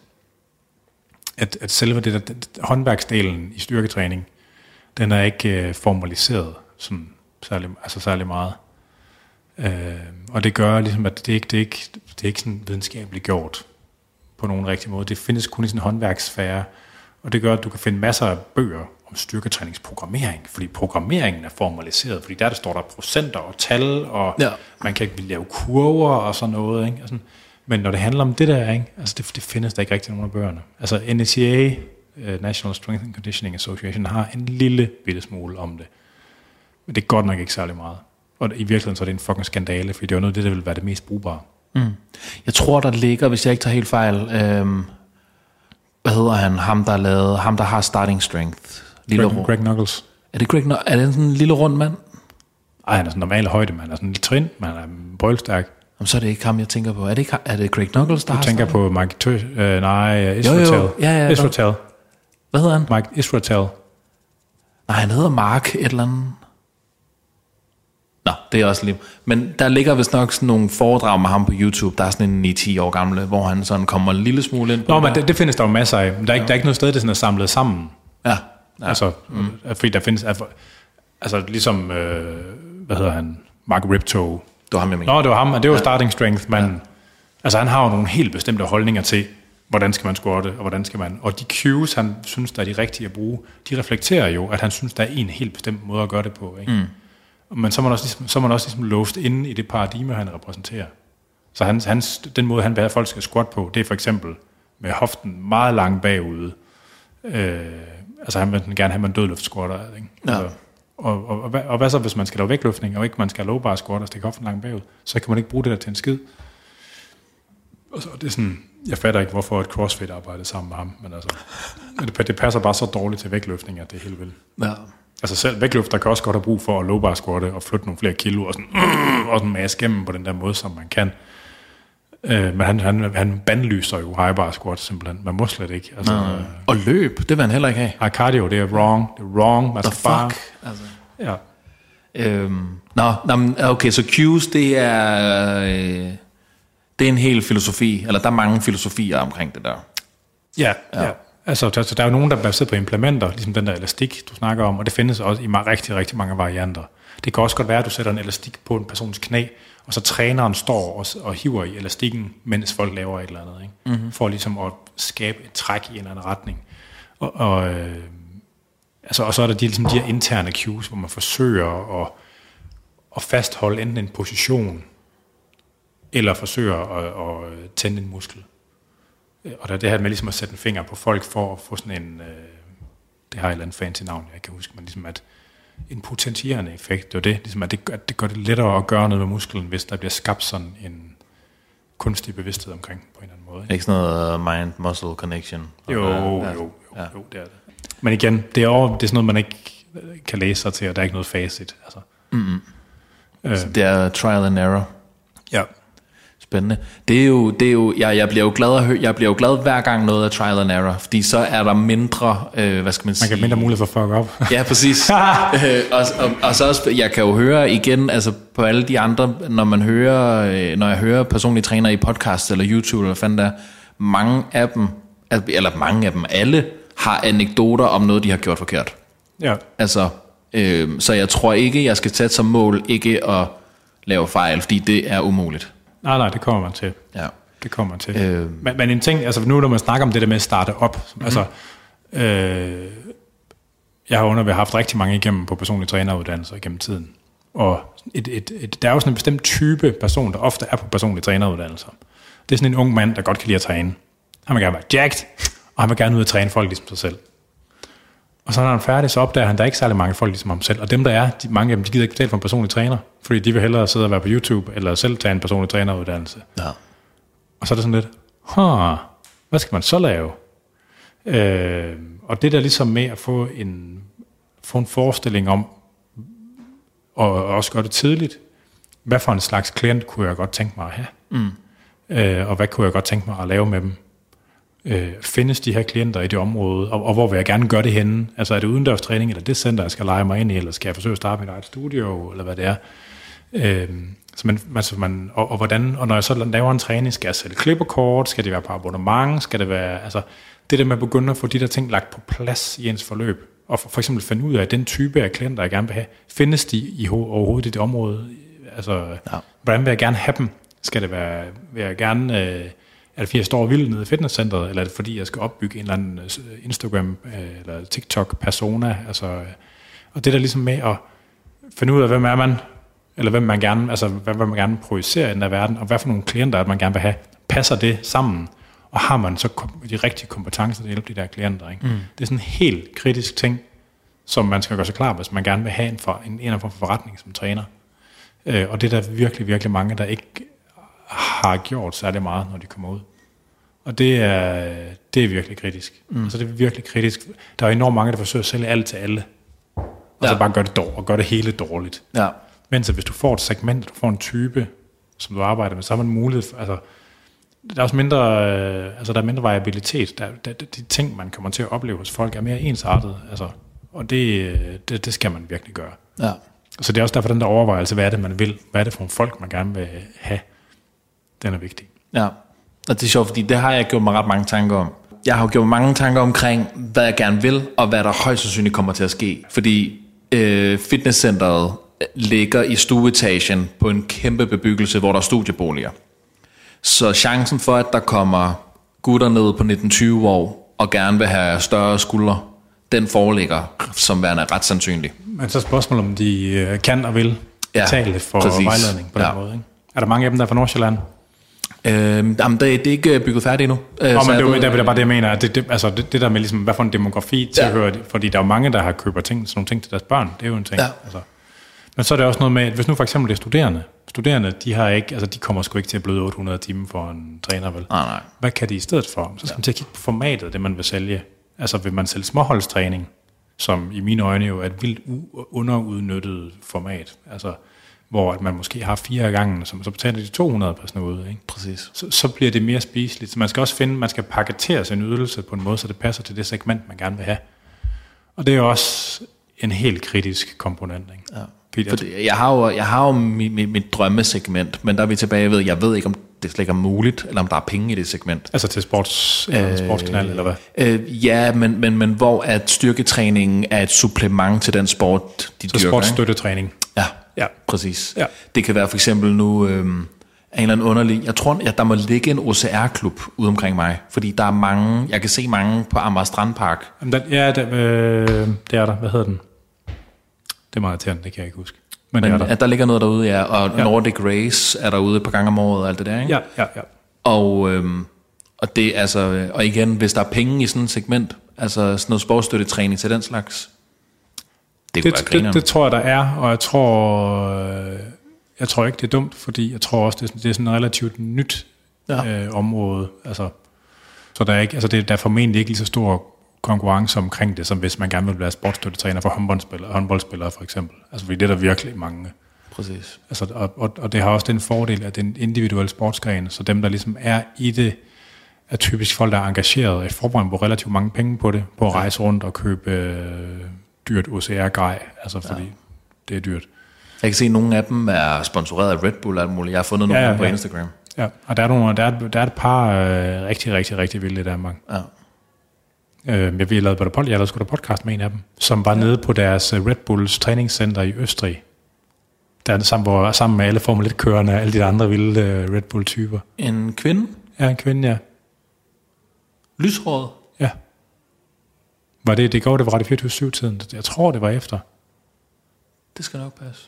at, at selve det der, den, håndværksdelen i styrketræning, den er ikke øh, formaliseret sådan særlig, altså særlig meget. Øh, og det gør ligesom, at det ikke det er ikke det er ikke sådan videnskabeligt gjort på nogen rigtig måde. Det findes kun i sådan en håndværkssfære, og det gør, at du kan finde masser af bøger om styrketræningsprogrammering, fordi programmeringen er formaliseret, fordi der, der står der procenter og tal, og ja. Man kan lave kurver og sådan noget, ikke? Altså, men når det handler om det der, ikke? Altså det, det findes der ikke rigtig nogen af bøgerne. Altså N C A A, National Strength and Conditioning Association, har en lille bitte smule om det. Men det er godt nok ikke særlig meget. Og i virkeligheden så er det en fucking skandale, fordi det er jo noget af det, der vil være det mest brugbare. Mm. Jeg tror, der ligger, hvis jeg ikke tager helt fejl, øhm, hvad hedder han, ham der lavede, ham der har Starting Strength. Lille Greg, Greg Nuggles. Er det Greg Er det sådan en lille rund mand? Ej, han er sådan en normal højde, man er sådan en lille trin, man er brølstærk. Jamen, så er det ikke ham, jeg tænker på. Er det, ikke, er det Greg Nuggles, der du har tænker startet? på Mike Tø, øh, nej, Israel. Ja, ja, Israel. Hvad hedder han? Mike Israel. Nej, han hedder Mark et eller andet. Nå, det er også lige. Men der ligger vist nok sådan nogle foredrag med ham på YouTube, der er sådan en ni til ti år gamle, hvor han sådan kommer en lille smule ind på. Nå, men det, det findes der jo masser af. Men der er, ikke, ja. der er ikke noget sted, det sådan er samlet sammen. Ja. ja. Altså, mm. fordi der findes, altså ligesom, øh, hvad hedder han, Mark Riptoe. Det var ham, jeg mener. Nå, det var ham, og det var ja. Starting Strength, men ja. altså han har jo nogle helt bestemte holdninger til, hvordan skal man squatte, og hvordan skal man, og de cues, han synes, der er de rigtige at bruge, de reflekterer jo, at han synes, der er en helt bestemt måde at gøre det på, ikke? Mm. Men så er man også ligesom, så er man også ligesom låst inde i det paradigme, han repræsenterer. Så hans, hans, den måde, han vil have, folk skal squat på, det er for eksempel med hoften meget langt bagude. Øh, altså han vil gerne have, man dødløftsquatter. Ikke? Ja. Altså, og, og, og, hvad, og hvad så, hvis man skal lave vægtløftning, og ikke man skal have low bar squat og stikke hoften langt bagud, så kan man ikke bruge det der til en skid. Og så det er sådan, jeg fatter ikke, hvorfor et CrossFit arbejdede sammen med ham, men altså, det, det passer bare så dårligt til vægtløftning, at det er helt vildt. Ja. Altså selv vægtløfter kan også godt have brug for at low-bar squatte og flytte nogle flere kilo og sådan, øh, og sådan masse gennem på den der måde, som man kan. Øh, men han, han, han bandlyser jo high-bar squat simpelthen. Man må slet ikke. Altså, øh, og løb, det vil han heller ikke have. Nej, cardio, det er wrong. Det er wrong. Man The fuck? Bare, altså. Ja. Øhm, nå, nå, okay, så cues, det er, øh, det er en hel filosofi, eller der er mange filosofier omkring det der. Ja, ja. ja. Altså, der, der er jo nogen, der er baseret på implementer, ligesom den der elastik, du snakker om, og det findes også i rigtig, rigtig mange varianter. Det kan også godt være, at du sætter en elastik på en persons knæ, og så træneren står og, og hiver i elastikken, mens folk laver et eller andet, ikke? Mm-hmm. For ligesom at skabe et træk i en eller anden retning. Og, og, øh, altså, og så er der de, ligesom de her interne cues, hvor man forsøger at, at fastholde enten en position, eller forsøger at, at tænde en muskel. Og der er det her med ligesom at sætte en finger på folk for at få sådan en, øh, det har et eller andet fancy navn, jeg kan huske, men ligesom at en potentierende effekt, det er det, ligesom at det, at det gør det lettere at gøre noget med musklen, hvis der bliver skabt sådan en kunstig bevidsthed omkring på en eller anden måde. Ikke sådan noget mind-muscle connection? Jo, jo, jo, jo, ja. jo, det er det. Men igen, det er, over, det er sådan noget, man ikke kan læse sig til, og der er ikke noget facit. Altså. Mm-hmm. Øh. Så det er trial and error? Ja. Spændende. Det er jo, det er jo, jeg, jeg bliver jo glad at høre, jeg bliver jo glad hver gang noget af trial and error, fordi så er der mindre, øh, hvad skal man sige? Man kan mindre mulighed for at fuck op. Ja, præcis. øh, og, og, og så også, jeg kan jo høre igen, altså på alle de andre, når man hører, øh, når jeg hører personlige trænere i podcast eller YouTube eller hvad fanden der, mange af dem eller mange af dem, alle har anekdoter om noget, de har gjort forkert. Ja. Altså, øh, så jeg tror ikke, jeg skal sætte som mål ikke at lave fejl, fordi det er umuligt. Nej, nej, det kommer man til. Ja. Det kommer man til. Øh. Men, men en ting, altså nu når man snakker om det der med at starte op, mm-hmm. altså, øh, jeg har under, vi har haft rigtig mange igennem på personlige træneruddannelser gennem tiden. Og et, et, et, der er jo sådan en bestemt type person, der ofte er på personlige træneruddannelser. Det er sådan en ung mand, der godt kan lide at træne. Han vil gerne være jacked, og han vil gerne ud og træne folk ligesom sig selv. Og så når han er færdig, så opdager han, at der er ikke særlig mange folk ligesom ham selv. Og dem der er, de, mange af dem, de gider ikke betale for en personlig træner, fordi de vil hellere sidde og være på YouTube, eller selv tage en personlig træneruddannelse. Ja. Og så er det sådan lidt, huh, hvad skal man så lave? Øh, og det der ligesom med at få en, få en forestilling om, og også gøre det tidligt, hvad for en slags klient kunne jeg godt tænke mig at have? Mm. Øh, og hvad kunne jeg godt tænke mig at lave med dem? Øh, findes de her klienter i det område, og, og hvor vil jeg gerne gøre det henne? Altså er det udendørs træning, eller det center, jeg skal lege mig ind i, eller skal jeg forsøge at starte mit eget studio, eller hvad det er? Øh, så man, altså man, og, og, hvordan, og når jeg så laver en træning, skal jeg sætte klipperkort, skal det være på abonnement, skal det være, altså det der med at begynde at få de der ting lagt på plads i ens forløb, og for, for eksempel finde ud af, at den type af klienter, jeg gerne vil have, findes de i, overhovedet i det område? Altså, ja. Hvordan vil jeg gerne have dem? Skal det være, vil jeg gerne, øh, er det fordi jeg står vildt nede i fitnesscenteret, eller er det fordi jeg skal opbygge en eller anden Instagram øh, eller TikTok persona? Altså, øh, og det der ligesom med at finde ud af, hvem er man, eller hvem man gerne, altså hvad man gerne projicere i den her verden, og hvad for nogle klienter, at man gerne vil have, passer det sammen? Og har man så de rigtige kompetencer til at hjælpe de der klienter? Ikke? Mm. Det er sådan en helt kritisk ting, som man skal gøre sig klar, hvis man gerne vil have en, for, en, en eller anden form for forretning som træner. Øh, og det er der virkelig, virkelig mange, der ikke har gjort særlig meget, når de kommer ud. Og det er, det er virkelig kritisk. Mm. Altså det er virkelig kritisk. Der er enormt mange, der forsøger at sælge alt til alle. Og ja. så bare gøre det dårligt, og gøre det hele dårligt. Ja. Men så hvis du får et segment, du får en type, som du arbejder med, så har man mulighed for, altså der er også mindre, altså der er mindre variabilitet. Der, der, de ting, man kommer til at opleve hos folk, er mere ensartet. Altså, og det, det, det skal man virkelig gøre. Ja. Så det er også derfor, den der overvejelse, hvad er det, man vil? Hvad er det for en folk, man gerne vil have? Den er vigtig. Ja, og det er sjovt, fordi det har jeg gjort mig ret mange tanker om. Jeg har gjort mig mange tanker omkring, hvad jeg gerne vil, og hvad der højst sandsynligt kommer til at ske. Fordi øh, fitnesscenteret ligger i stueetagen på en kæmpe bebyggelse, hvor der er studieboliger. Så chancen for, at der kommer gutter ned på nitten tyve år, og gerne vil have større skuldre, den foreligger som værende ret sandsynlig. Men så er spørgsmålet, om de kan og vil betale ja, for præcis. Vejledning på den ja. måde, ikke? Er der mange af dem, der er fra Nordsjælland? Øhm, jamen, det, det er ikke bygget færdigt endnu. Øh, Nå, men det, det, det er bare det, jeg mener. Det, det, altså det, det der med, ligesom, hvad for en demografi tilhører ja. Fordi der er mange, der har køber ting, sådan nogle ting til deres børn. Det er jo en ting. Ja. Altså. Men så er det også noget med, hvis nu for eksempel det er studerende. Studerende, de, har ikke, altså, de kommer sgu ikke til at bløde otte hundrede timer for en træner, vel? Nej, nej. Hvad kan de i stedet for? Så skal ja. man til at kigge på formatet, det man vil sælge. Altså vil man sælge småholdstræning, som i mine øjne jo er et vildt underudnyttet format. Altså hvor at man måske har fire af gangen, så betaler de to hundrede per snude, ikke? Præcis. Så, så bliver det mere spiseligt. Så man skal også finde, man skal paketere sin ydelse på en måde, så det passer til det segment, man gerne vil have. Og det er også en helt kritisk komponent, ikke? Ja. Fordi Fordi jeg har jo, jeg har jo mit, mit, mit drømmesegment, men der er vi tilbage ved, jeg ved ikke, om det slet ikke er muligt, eller om der er penge i det segment. Altså til sports, øh, sportskanal, eller hvad? Øh, ja, men, men, men hvor at styrketræningen er et supplement til den sport, de så dyrker. Så sportsstøttetræning. Ja, ja, præcis. Ja. Det kan være for eksempel nu øh, en eller anden underlig, jeg tror, at der må ligge en O C R-klub ude omkring mig, fordi der er mange, jeg kan se mange på Amager Strandpark. Jamen, der, ja, der, øh, det er der. Hvad hedder den? Det er meget irriterende, det kan jeg ikke huske. Men, Men det er der. At der ligger noget derude, ja. Og ja. Nordic Race er derude et par gange om året og alt det der, ikke? Ja, ja, ja. Og, øhm, og det altså, og igen, hvis der er penge i sådan et segment, altså sådan noget sportsstøttetræning til den slags, det, det, det, det, det tror jeg, der er, og jeg tror, øh, jeg tror ikke, det er dumt, fordi jeg tror også, det er, det er sådan et relativt nyt ja. øh, område. Altså, så der er, ikke, altså det, der er formentlig ikke lige så stor konkurrence omkring det, som hvis man gerne vil være sportsstøttetræner for håndboldspillere, håndboldspillere for eksempel. Altså fordi det er der virkelig mange. Præcis. Altså, og, og, og det har også den fordel, at det er en individuel sportsgren, så dem, der ligesom er i det, er typisk folk, der er engageret og i forvejen bruger relativt mange penge på det, på at rejse rundt og købe øh, dyrt O C R-grej, altså fordi ja. det er dyrt. Jeg kan se, at nogle af dem er sponsoreret af Red Bull og alt muligt. Jeg har fundet nogle ja, ja, på ja. Instagram. Ja, og der er, nogle, der er, der er et par øh, rigtig, rigtig, rigtig vilde i Danmark. Ja. Øh, jeg, vi lavede på podcast, jeg lavede sgu da podcast med en af dem, som var ja. nede på deres Red Bulls træningscenter i Østrig. Der sammen, hvor, sammen med alle Formel et-kørende og alle de andre vilde uh, Red Bull-typer. En kvinde? Ja, en kvinde, ja. Lyshåret? Ja. Var det, det går, det var Radio fireogtyve syv-tiden. Jeg tror, det var efter. Det skal nok passe.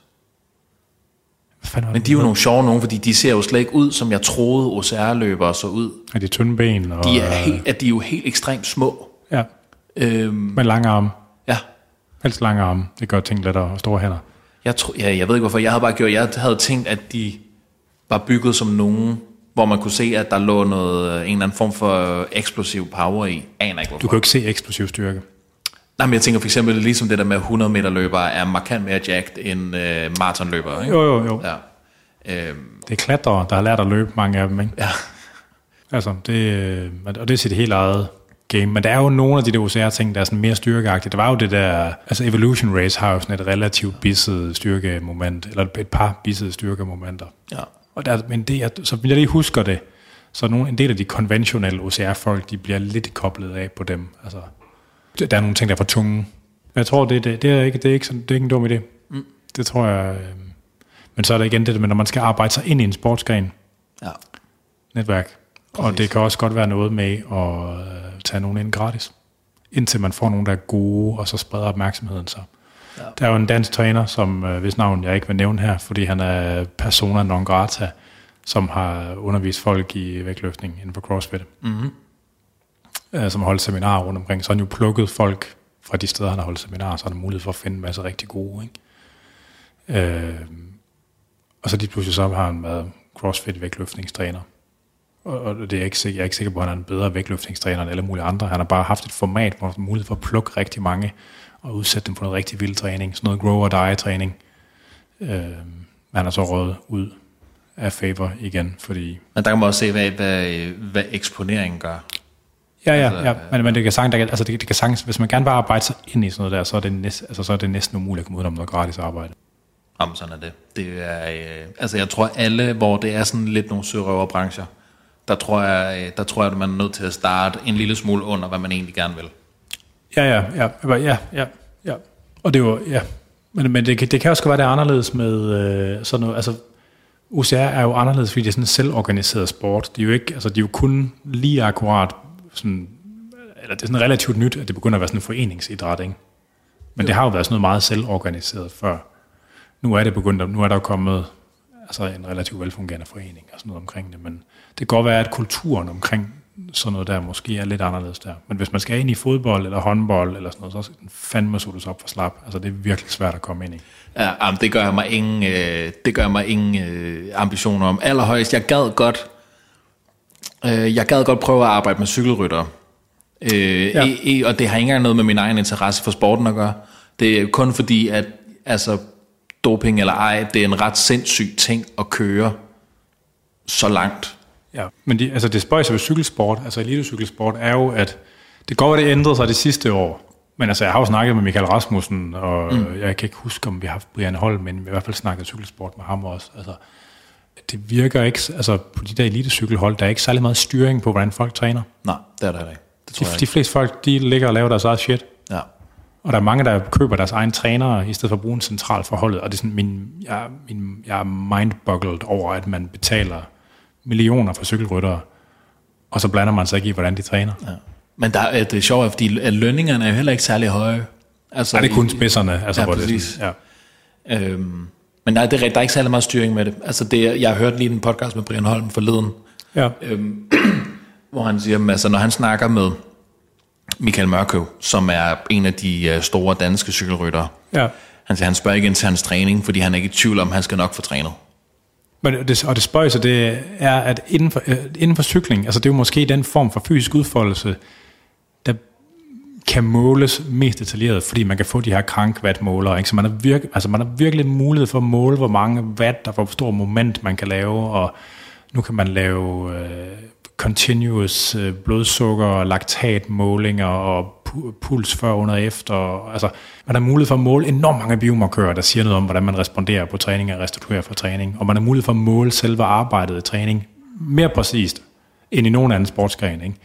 Men de er jo nogle sjove nogen, fordi de ser jo slet ikke ud, som jeg troede O C R-løbere så ud. Ja, de tynde ben. Og, de er, helt, at de er jo helt ekstremt små. Ja, øhm, med lange arme. Ja. Helst lange arme. Det gør ting lettere og store hænder. Jeg, tro, ja, jeg ved ikke, hvorfor. Jeg havde bare gjort, jeg havde tænkt, at de var bygget som nogen, hvor man kunne se, at der lå noget, en eller anden form for eksplosiv power i. Aner ikke, hvorfor. Du kan jo ikke se eksplosiv styrke. Nej, men jeg tænker for eksempel, ligesom det der med hundrede meter løbere, er markant mere jacked end øh, maratonløbere, ikke? Jo, jo, jo. Ja. Øhm. Det er klatrere, der har lært at løbe, mange af dem, ikke? Ja. Altså, det, og det er sit helt eget game. Men der er jo nogle af de der O C R-ting, der er sådan mere styrkeagtige. Der var jo det der, altså Evolution Race har jo sådan et relativt bisset styrkemoment, eller et par bissede styrkemomenter. Ja. Og der, men det er, så vil jeg lige husker det, så nogle, en del af de konventionelle O C R-folk, de bliver lidt koblet af på dem. Altså, der er nogle ting, der er for tunge. Jeg tror, det, det, det, er, ikke, det, er, ikke sådan, det er ikke en dum idé. Mm. Det tror jeg. Øh, men så er der igen det, men når man skal arbejde sig ind i en sportsgren, ja. netværk, præcis. Og det kan også godt være noget med at øh, tage nogen ind gratis, indtil man får nogen, der er gode, og så spreder opmærksomheden sig. Ja. Der er jo en dansk træner, som øh, hvis navn jeg ikke vil nævne her, fordi han er persona non grata, som har undervist folk i vægtløftning inden for CrossFit. Mm-hmm. Som har holdt seminarer rundt omkring, så har han jo plukket folk fra de steder, han har holdt seminarer, så har han mulighed for at finde en masse rigtig gode. Ikke? Øh, og så lige pludselig så har han været CrossFit vægtløftningstræner. Og, og det er jeg, ikke sikker, jeg er ikke sikker på, at han er en bedre vægtløftningstræner end alle mulige andre. Han har bare haft et format, hvor han har mulighed for at plukke rigtig mange, og udsætte dem for noget rigtig vild træning, sådan noget grow or die træning. Øh, men han har så rådet ud af favor igen, fordi... Men der kan man også se, hvad, hvad, hvad eksponeringen gør. Ja, ja, altså, ja. Men, men det kan sagtens, altså det, det kan sagtens, hvis man gerne vil arbejde sig ind i sådan noget der, så er det, næst, altså, så er det næsten umuligt at komme ud om noget gratis arbejde. Jamen, sådan er det. Det er, øh, altså jeg tror alle, hvor det er sådan lidt nogle sørøverbrancher, der tror jeg, der tror jeg, at man er nødt til at starte en lille smule under, hvad man egentlig gerne vil. Ja, ja, ja, ja, ja, ja. Og det er jo, ja. Men, men det, det kan også være, det er anderledes med øh, sådan noget, altså O C R er jo anderledes, fordi det er sådan en selvorganiseret sport. De er jo ikke, altså de er jo kun lige akkurat sådan, eller det er sådan relativt nyt, at det begynder at være sådan en foreningsidræt, ikke? Men jo. Det har jo været sådan noget meget selvorganiseret før. Nu er det begyndt, nu er der jo kommet altså en relativt velfungerende forening og sådan noget omkring det, men det kan godt være, at kulturen omkring sådan noget der måske er lidt anderledes der. Men hvis man skal ind i fodbold eller håndbold eller sådan noget, så fandme suttes op for slap. Altså det er virkelig svært at komme ind i. Ja, det gør mig ingen, øh, det gør mig ingen øh, ambitioner om. Allerhøjst, jeg gad godt, øh, jeg gad godt prøve at arbejde med cykelryttere. Øh, ja. e, e, og det har ikke engang noget med min egen interesse for sporten at gøre. Det er kun fordi, at altså, doping eller ej, det er en ret sindssyg ting at køre så langt. Ja, men de, altså det spøjser ved cykelsport, altså elitecykelsport, er jo, at det går, at det ændrede sig de sidste år. Men altså, jeg har jo snakket med Michael Rasmussen, og mm. jeg kan ikke huske, om vi har haft Brian Holm, men vi har i hvert fald snakket cykelsport med ham også. Altså, det virker ikke, altså på de der elitecykelhold, der er ikke særlig meget styring på, hvordan folk træner. Nej, det er der ikke. Det tror de, jeg ikke. De fleste folk, de ligger og laver deres eget shit. Ja. Og der er mange, der køber deres egen trænere, i stedet for at bruge en central forholdet. Og det er sådan, min, jeg, min, jeg er mindboggled over, at man betaler millioner for cykelryttere, og så blander man sig ikke i, hvordan de træner. Ja. Men der er det sjovt, fordi lønningerne er jo heller ikke særlig høje. Altså, nej, det er kun spidserne. Altså, ja, hvor præcis. Det er sådan, ja. Øhm, men nej, det er, der er ikke særlig meget styring med det. Altså, det, jeg har hørt lige en podcast med Brian Holm forleden, ja. øhm, hvor han siger, altså, når han snakker med Michael Mørkøv, som er en af de store danske cykelryttere, ja. han siger, han spørger ikke ind til hans træning, fordi han er ikke i tvivl om, han skal nok få trænet. Men det, og det spøjser, det er, at inden for, øh, inden for cykling, altså det er jo måske den form for fysisk udfoldelse, der kan måles mest detaljeret, fordi man kan få de her krankwatt-målere, ikke? Så man har, virke, altså man har virkelig mulighed for at måle, hvor mange watt, der hvor stor moment man kan lave, og nu kan man lave øh, continuous øh, blodsukker, laktatmålinger og pu- puls før, under og efter. Altså, man har mulighed for at måle enormt mange biomarkører, der siger noget om, hvordan man responderer på træning og restituerer for træning. Og man har mulighed for at måle selve arbejdet i træning mere præcist end i nogen anden sportsgren, ikke?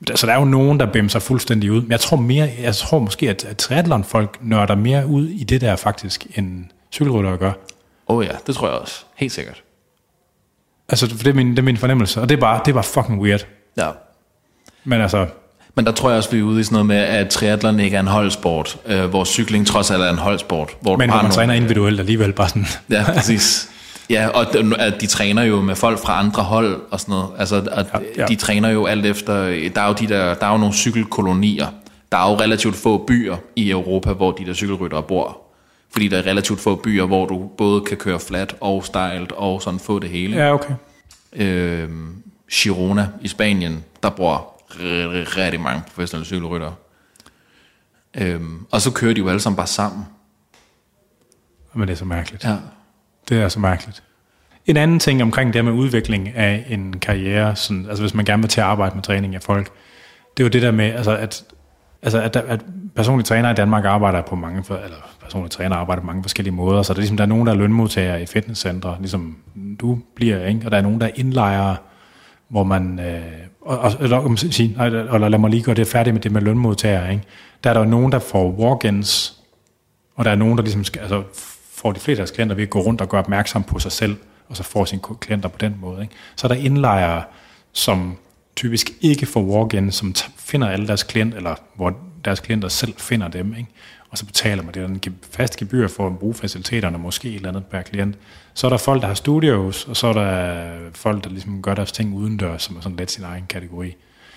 Så der er jo nogen, der bæmmer sig fuldstændig ud. Men jeg tror, mere, jeg tror måske, at, at triathlon-folk nørder mere ud i det der faktisk, end cykelryttere gør. Åh oh ja, det tror jeg også. Helt sikkert. Altså, det er min, det er min fornemmelse, og det er bare, det er bare fucking weird. Ja. Men altså... Men der tror jeg også, vi er ude i sådan noget med, at triathlon ikke er en holdsport, øh, hvor cykling trods alt er en holdsport. Hvor men hvor man træner individuelt alligevel bare sådan... Ja, præcis. Ja, og de, de træner jo med folk fra andre hold og sådan noget. Altså, at ja, ja. De træner jo alt efter... Der er jo, de der, der er jo nogle cykelkolonier. Der er jo relativt få byer i Europa, hvor de der cykelryttere bor. Fordi der er relativt få byer, hvor du både kan køre flat og stejlt og sådan få det hele. Ja, okay. Øh, Girona i Spanien, der bor rigtig, rigtig mange professionelle cykelryttere. Øh, og så kører de jo alle sammen bare sammen. Men det er så mærkeligt. Ja. Det er så mærkeligt. En anden ting omkring det med udvikling af en karriere, sådan, altså hvis man gerne vil til at arbejde med træning af folk, det er jo det der med, altså at, altså at, at personlige trænere i Danmark arbejder på mange, for, eller personlige trænere arbejder på mange forskellige måder, så der er ligesom, der er nogen, der er lønmodtagere i fitnesscentre, ligesom du bliver, ikke? Og der er nogen, der er indlejere, hvor man, øh, og, og, og, sige, og lad mig lige gøre det færdigt med det med lønmodtagere, ikke? Der er der nogen, der får walk-ins, og der er nogen, der ligesom skal, altså får de fleste af deres klienter ved at gå rundt og gøre opmærksom på sig selv, og så får sine klienter på den måde, ikke? Så er der indlejere, som typisk ikke får walk-in, som t- finder alle deres klienter, eller hvor deres klienter selv finder dem, ikke? Og så betaler man det en fast gebyr for at bruge faciliteterne, måske et eller andet per klient. Så er der folk, der har studios, og så er der folk, der ligesom gør deres ting udendørs, som er sådan lidt sin egen kategori.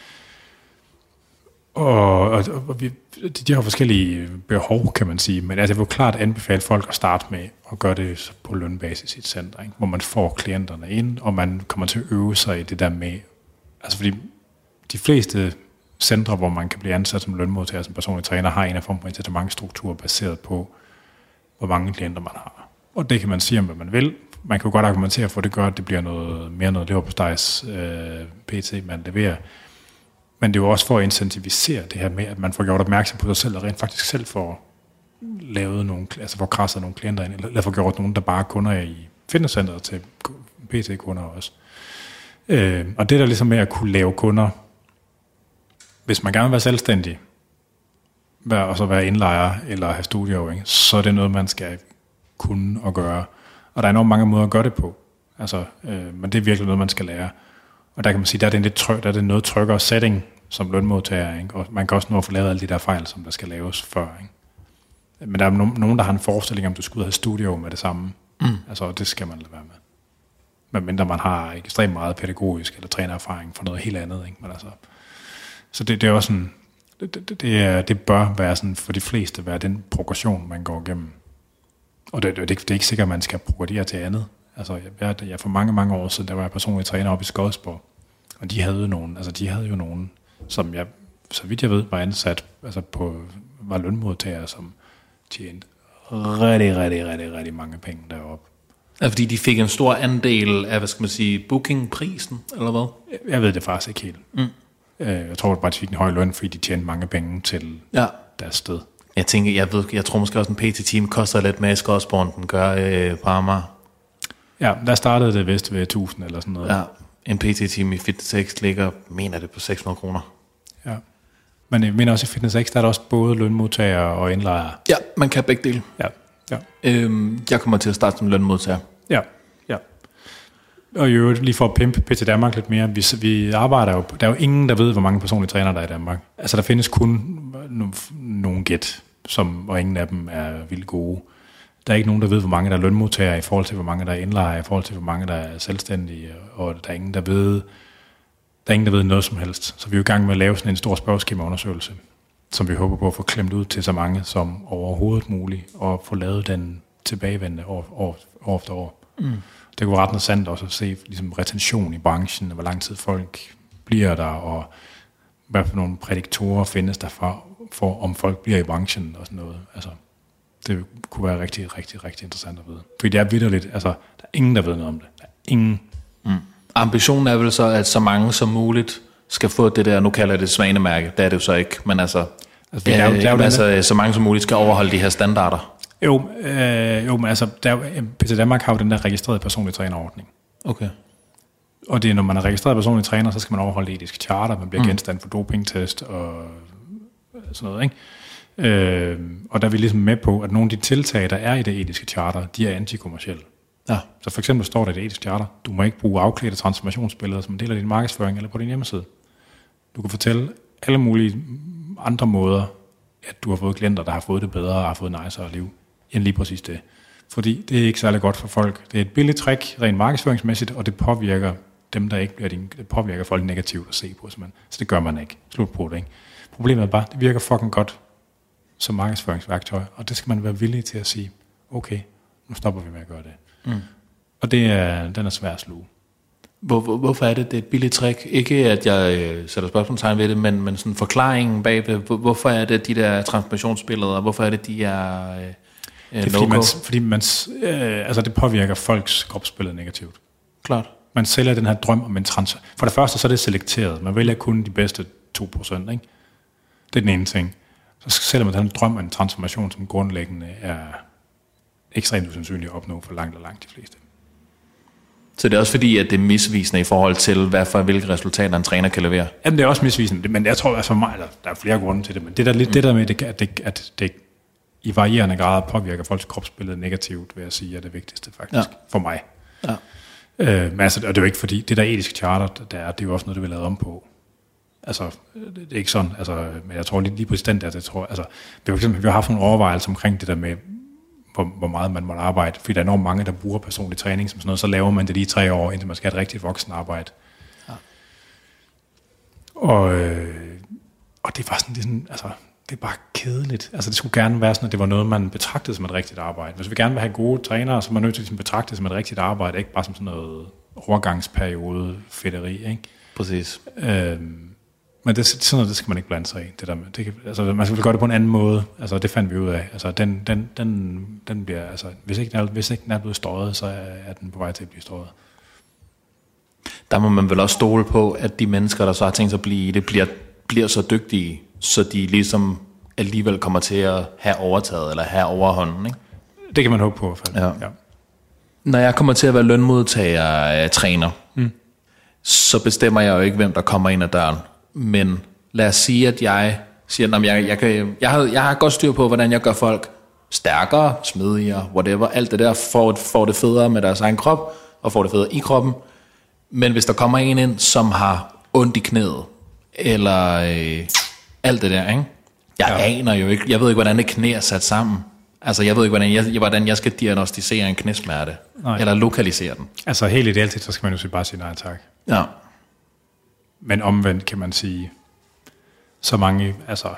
Og, og, og vi, de har forskellige behov, kan man sige, men altså, jeg vil klart anbefale folk at starte med at gøre det på lønbasis i et center, ikke? Hvor man får klienterne ind, og man kommer til at øve sig i det der med, altså fordi de fleste centre, hvor man kan blive ansat som lønmodtager, som personlig træner, har en af form for incitamentstruktur baseret på, hvor mange klienter man har. Og det kan man sige om, hvad man vil. Man kan jo godt argumentere for, at det gør, at det bliver noget mere noget leverpostejs øh, P T, man leverer. Men det er jo også for at incentivisere det her med, at man får gjort opmærksom på sig selv, og rent faktisk selv får lavet nogle, altså får krasset nogle klienter ind, eller får gjort nogen, der bare kunder er i fitnesscenteret til P T-kunder også. Øh, og det der ligesom med at kunne lave kunder, hvis man gerne vil være selvstændig, og så være indlejer eller have studio, ikke, så er det noget, man skal kunne og gøre. Og der er enormt mange måder at gøre det på. Altså, øh, men det er virkelig noget, man skal lære. Og der kan man sige, der er det en lidt tryg, der er det noget tryggere setting som lønmodtager, ikke? Og man kan også nå at få lavet alle de der fejl, som der skal laves før, ikke? Men der er no- nogen, der har en forestilling om, du skal ud og have studio med det samme. Mm. Altså, det skal man lade være med. Medmindre man har ekstremt meget pædagogisk eller trænererfaring for noget helt andet, ikke? Men altså, så det, det er også sådan, det, det, det, er, det bør være sådan for de fleste være den progression, man går igennem. Og det, det, det er ikke sikkert, at man skal progredere til andet. Altså, jeg, jeg for mange, mange år siden, der var jeg personlig træner oppe i Skodsborg, og de havde jo nogen, altså de havde jo nogen, som jeg, så vidt jeg ved, var ansat, altså på, var lønmodtagere, som tjente rigtig, rigtig, rigtig, rigtig mange penge deroppe. Ja, fordi de fik en stor andel af, hvad skal man sige, bookingprisen, eller hvad? Jeg, jeg ved det faktisk ikke helt. Mm. Jeg tror bare, de fik en høj løn, fordi de tjente mange penge til ja. deres sted. Jeg tænker, jeg ved, jeg tror måske også, en P T-team koster lidt mere i Skodsborg, end den gør øh, på Amager. Ja, der startede det vist ved tusind eller sådan noget. Ja, en P T-team i FitnessX ligger, mener det, på seks hundrede kroner. Ja, men jeg mener også i FitnessX, der er der også både lønmodtagere og indlejere. Ja, man kan begge dele. Ja, ja. Øhm, jeg kommer til at starte som lønmodtager. Ja, ja. Og i øvrigt, lige for at pimpe P T Danmark lidt mere, vi, vi arbejder jo, der er jo ingen, der ved, hvor mange personlige trænere der er i Danmark. Altså, der findes kun nogle gæt, som, og ingen af dem er vildt gode. Der er ikke nogen, der ved, hvor mange der er lønmodtagere i forhold til, hvor mange der er indlejere, i forhold til, hvor mange der er selvstændige, og der er ingen, der ved, der er ingen, der ved noget som helst. Så vi er jo i gang med at lave sådan en stor spørgeskemaundersøgelse, som vi håber på at få klemt ud til så mange som overhovedet muligt, og få lavet den tilbagevendende år, år, år efter år. Mm. Det kunne være ret interessant også at se ligesom, retention i branchen, hvor lang tid folk bliver der, og hvad for nogle prædiktorer findes der for, for om folk bliver i branchen og sådan noget. Altså, det kunne være rigtig, rigtig, rigtig interessant at vide. Fordi det er vitterligt, altså, der er ingen, der ved noget om det. Der er ingen. Mm. Ambitionen er vel så, at så mange som muligt skal få det der, nu kalder jeg det svanemærke, det er det jo så ikke, men altså, altså, det er, øh, er altså så mange som muligt skal overholde de her standarder. Jo, øh, jo men altså, der, P T Danmark har jo den der registrerede personlige trænerordning. Okay. Og det er, når man er registreret personlig træner, så skal man overholde etiske charter, man bliver mm. genstand for dopingtest og sådan noget, ikke? Øh, og der er vi ligesom med på, at nogle af de tiltag, der er i det etiske charter, de er antikommercielle. Ja. Så for eksempel står der i det etiske charter, du må ikke bruge afklædte transformationsbilleder som en del af din markedsføring eller på din hjemmeside. Du kan fortælle alle mulige andre måder, at du har fået klienter, der har fået det bedre og har fået nicere liv, end lige præcis det. Fordi det er ikke særlig godt for folk. Det er et billigt trick, rent markedsføringsmæssigt, og det påvirker dem, der ikke bliver din, det påvirker folk negativt at se på. Så, man, så det gør man ikke. Slut på det, ikke? Problemet er bare, det virker fucking godt som markedsføringsværktøj, og det skal man være villig til at sige, okay, nu stopper vi med at gøre det. Mm. Og det er, den er svær at sluge. Hvor, hvor, hvorfor er det, det er et billigt trick? Ikke at jeg øh, sætter spørgsmålstegn ved det, men, men sådan forklaringen bagved, hvor, hvorfor er det de der transformationsbilleder, hvorfor er det de er øh, det er fordi, man, fordi man, øh, altså det påvirker folks kropsbillede negativt. Klart. Man sælger den her drøm om en trans. For det første så er det selekteret. Man vælger kun de bedste to procent, ikke? Det er den ene ting. Så sælger man den her drøm om en transformation, som grundlæggende er ekstremt usandsynligt at opnå for langt og langt de fleste. Så det er også fordi, at det er misvisende i forhold til, hvad for hvilke resultater en træner kan levere? Jamen det er også misvisende, men jeg tror, at for mig, der, der er flere grunde til det, men det der lidt mm. det der med, at det, at det i varierende grad påvirker folks kropsbillede negativt, vil jeg sige, er det vigtigste faktisk, ja. For mig. Ja. Øh, men altså, og det er jo ikke fordi, det der etiske charter, der er, det er jo også noget, det vi lavet om på. Altså, det er ikke sådan, altså, men jeg tror lige, lige præcis den der, det tror, altså, vi har, eksempel, vi har haft nogle overvejelser omkring det der med, hvor, hvor meget man må arbejde, fordi der er enormt mange, der bruger personlig træning som sådan noget, så laver man det lige tre år, indtil man skal have et rigtigt voksen arbejde. Ja. Og, øh, og det var sådan, det er sådan, altså, det er bare kedeligt. Altså, det skulle gerne være sådan, at det var noget, man betragtede som et rigtigt arbejde. Hvis vi gerne vil have gode trænere, så er man nødt til at betragte det som et rigtigt arbejde, ikke bare som sådan noget overgangsperiode fedteri, ikke? Præcis. Øhm, men det, sådan noget, det skal man ikke blande sig i. Det der med, det kan, altså, man skal gøre det på en anden måde. Altså, det fandt vi ud af. Altså, den, den, den, den bliver, altså, hvis ikke, hvis ikke den er blevet støjet, så er den på vej til at blive støjet. Der må man vel også stole på, at de mennesker, der så har tænkt sig at blive i det, bliver, bliver så dygtige, så de ligesom alligevel kommer til at have overtaget, eller have overhånden, ikke? Det kan man håbe på i hvert fald. Ja. Ja. Når jeg kommer til at være lønmodtager uh, træner, mm. så bestemmer jeg jo ikke, hvem der kommer ind ad døren. Men lad os sige, at jeg siger, at jeg, jeg, kan, jeg, har, jeg har godt styr på, hvordan jeg gør folk stærkere, smidigere, whatever. Alt det der får, får det federe med deres egen krop, og får det federe i kroppen. Men hvis der kommer en ind, som har ondt i knæet, eller øh, alt det der, ikke? Jeg ja. aner jo ikke, jeg ved ikke, hvordan det knæ er sat sammen. Altså, jeg ved ikke, hvordan jeg, hvordan jeg skal diagnostisere en knæsmerte, nej. Eller lokalisere den. Altså, helt ideelt set, så skal man jo bare sige nej tak. Ja. Men omvendt kan man sige, så mange, altså,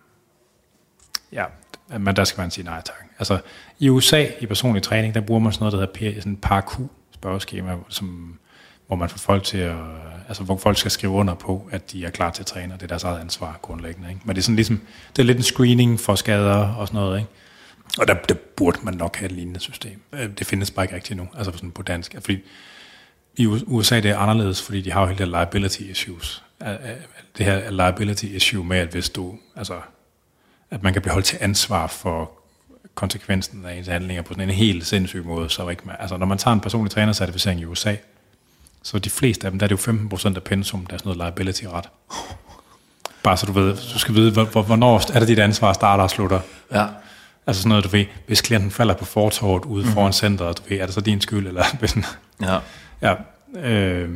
ja, men der skal man sige nej tak. Altså, i U S A, i personlig træning, der bruger man sådan noget, der hedder sådan en PAR-Q-spørgeskema, som, hvor man får folk til at, altså, hvor folk skal skrive under på, at de er klar til at træne, og det er deres eget ansvar grundlæggende, ikke? Men det er sådan ligesom, det er lidt en screening for skader og sådan noget, ikke? Og der, der burde man nok have et lignende system. Det findes bare ikke rigtigt nu, altså sådan på dansk, fordi i U S A det er anderledes, fordi de har jo hele det liability issues. Det her liability issue med, at hvis du, altså, at man kan blive holdt til ansvar for konsekvensen af ens handlinger på sådan en helt sindssyg måde, så ikke med. Altså, når man tager en personlig trænercertificering i U S A, så de fleste af dem, der er det jo femten procent af pensum, der er sådan noget liability-ret. Bare så du ved, du skal vide, hvornår er det dit ansvar starter og slutter. Ja. Altså sådan noget, du ved, hvis klienten falder på fortovet ude mm. foran centret, du ved, er det så din skyld, eller hvis den... Ja. Ja, øh,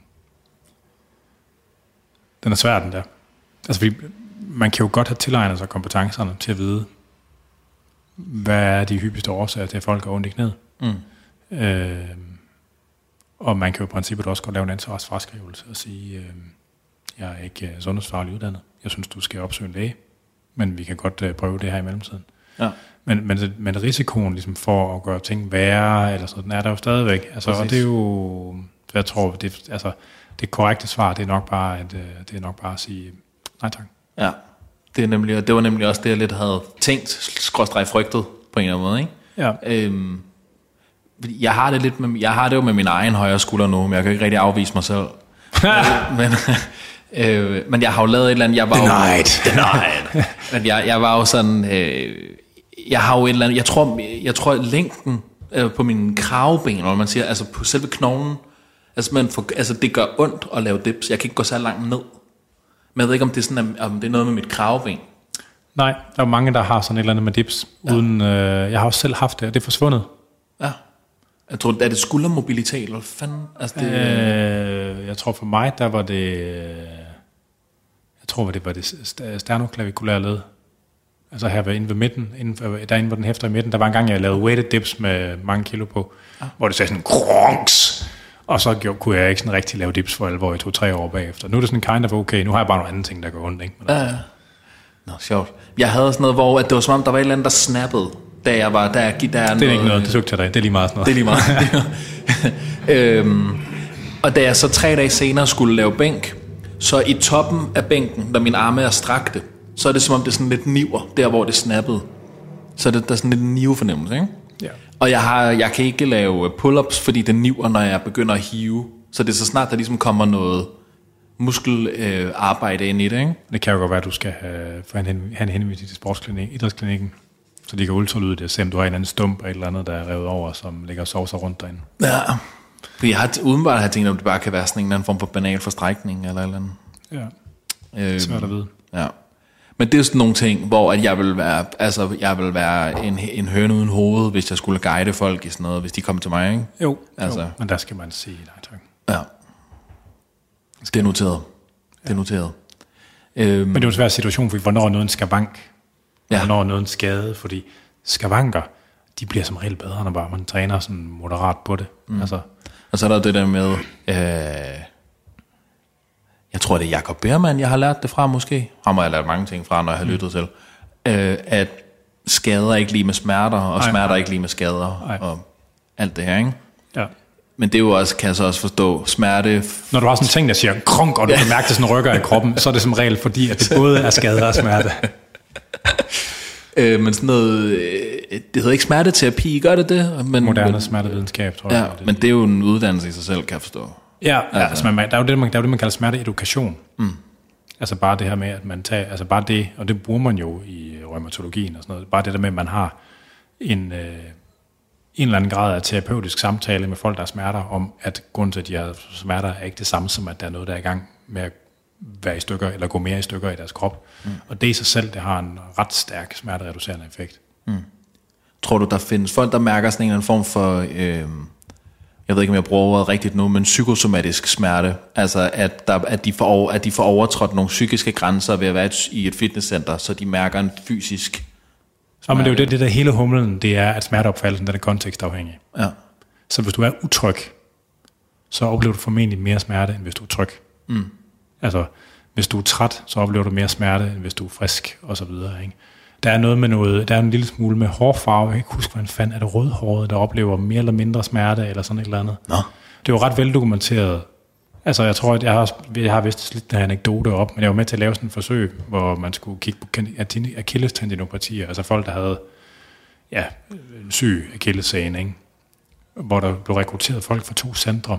den er svær, den der. Altså, fordi man kan jo godt have tilegnet sig kompetencerne til at vide, hvad er de hyppigste årsager til, at folk har ondt i knæet. Mm. Øh, og man kan jo i princippet også godt lave en ansvarsfraskrivelse og sige, øh, jeg er ikke uh, sundhedsfaglig uddannet. Jeg synes, du skal opsøge en læge, men vi kan godt uh, prøve det her i mellemtiden. Ja. Men, men, men risikoen ligesom for at gøre ting værre, eller sådan, den er der jo stadigvæk. Altså, og det er jo, jeg tror, det, altså, det korrekte svar, det er nok bare at, det er nok bare at sige nej tak. Ja, det, er nemlig, det var nemlig også det, jeg lidt havde tænkt, skråstreg frygtet på en eller anden måde, ikke? Ja. Øhm, jeg har det lidt med, jeg har det jo med min egen højre skulder nu, men jeg kan ikke rigtig afvise mig selv. men, øh, men jeg har jo lavet et eller andet, jeg var Denied. jo... Denied. Men jeg, jeg var jo sådan... Øh, jeg har jo et eller andet... Jeg tror, jeg tror at længden øh, på mine kravben, når man siger, altså på selve knoglen, Altså, man får, altså det gør ondt at lave dips. Jeg kan ikke gå så langt ned. Men jeg ved ikke, om det er, sådan, om det er noget med mit kravben. Nej, der er mange, der har sådan et eller andet med dips. Ja. Uden, øh, jeg har også selv haft det, og det er forsvundet. Ja. Jeg tror, er det skuldermobilitet, eller hvad fanden? Altså, det, øh, jeg tror for mig, der var det... Jeg tror, det var det sternoklavikulære led. Altså her inde ved midten, inden, derinde hvor den hæfter i midten, der var en gang, jeg lavede weighted dips med mange kilo på, ja. Hvor det sagde sådan, kronks, og så gjorde, kunne jeg ikke sådan rigtig lave dips for alvor i to-tre år bagefter. Nu er det sådan kind of okay, nu har jeg bare nogle andre ting, der går ondt, ikke? Men ja, ja. Nå, sjovt. Jeg havde sådan noget, hvor at det var som om, der var et eller andet, der snappede, da jeg var, der, der det er noget, ikke noget, det tog til dig, det er lige meget sådan noget. Det er lige meget. øhm, og da jeg så tre dage senere skulle lave bænk, så i toppen af bænken, da mine arme er strakte, så er det som om det er sådan lidt niver, der hvor det snappede. Så er det, der er sådan lidt nivefornemmelse, ikke? Ja. Og jeg, har, jeg kan ikke lave pull-ups, fordi det niver, når jeg begynder at hive. Så det er så snart, der ligesom kommer noget muskelarbejde øh, ind i det, ikke? Det kan jo godt være, at du skal have, have en henvisning til sportsklinik, idrætsklinikken, så de kan ultralyde det, se om du har en anden stump eller et eller andet, der er revet over, som ligger og sover sig rundt derinde. Ja, fordi jeg har udenbart har tænkt, at det bare kan være sådan en eller anden form for banal forstrækning eller eller andet. Ja, øh, svært at vide. Ja. Men det er sådan nogle ting, hvor at jeg vil være, altså jeg vil være en, en høne uden hoved, hvis jeg skulle guide folk i sådan noget, hvis de kom til mig, ikke? Jo, altså. jo, men der skal man sige nej tak. Ja. Det er noteret. Det er noteret. Øhm, men det er jo en svær situation, for hvornår er noget en skavank, og ja. Hvornår er noget en skade, fordi skavanker, de bliver som regel bedre, når bare man træner sådan moderat på det. Mm. Altså. Og så er der det der med, øh, jeg tror det er Jakob Beermann, jeg har lært det fra måske. Ham har jeg lært mange ting fra, når jeg har lyttet mm. til. Øh, at skader er ikke lige med smerter, og Ej, smerter er ikke lige med skader, Ej. Og alt det her, ikke? Ja. Men det er jo også, kan jeg så også forstå, smerte... Når du har sådan en ting, der siger krunk, og du ja. Kan mærke det sådan rykker i kroppen, så er det som regel fordi, at det både er skader og smerte. øh, men sådan noget... Øh, det hedder ikke smerteterapi, gør det det? Men, Moderne men, smertevidenskab, tror ja, jeg. Det men det er jo en uddannelse i sig selv, kan jeg forstå. Ja, altså. Ja altså, man, der, er jo det, man, der er jo det, man kalder smerteedukation. Mm. Altså bare det her med, at man tager... Altså bare det, og det bruger man jo i rheumatologien og sådan noget. Bare det der med, at man har en... Øh, en eller anden grad af terapeutisk samtale med folk, der har smerter, om at grunden til, at de har smerter, er ikke det samme som, at der er noget, der er i gang med at være i stykker, eller gå mere i stykker i deres krop. Mm. Og det i sig selv, det har en ret stærk smertereducerende effekt. Mm. Tror du, der findes folk, der mærker sådan en eller anden form for, øh, jeg ved ikke, om jeg bruger ordet rigtigt nu, men psykosomatisk smerte, altså at, der, at, de får over, at de får overtrådt nogle psykiske grænser ved at være i et fitnesscenter, så de mærker en fysisk... Ja, men det er jo det, det der hele humlen, det er, at smerteopfattelsen, den er kontekstafhængig. Ja. Så hvis du er utryg, så oplever du formentlig mere smerte, end hvis du er tryg. Mm. Altså, hvis du er træt, så oplever du mere smerte, end hvis du er frisk, og så videre, ikke? Der er noget med noget, der er en lille smule med hårfarve, jeg kan ikke huske, hvad en fanden er det rødhåret, der oplever mere eller mindre smerte, eller sådan et eller andet. Nå. Det er jo ret veldokumenteret. Altså, jeg tror, at jeg har, jeg har vist lidt den her anekdote op, men jeg var med til at lave sådan et forsøg, hvor man skulle kigge på akillestendinopatier, altså folk, der havde ja, en syg akillessene, ikke? Hvor der blev rekrutteret folk fra to centre,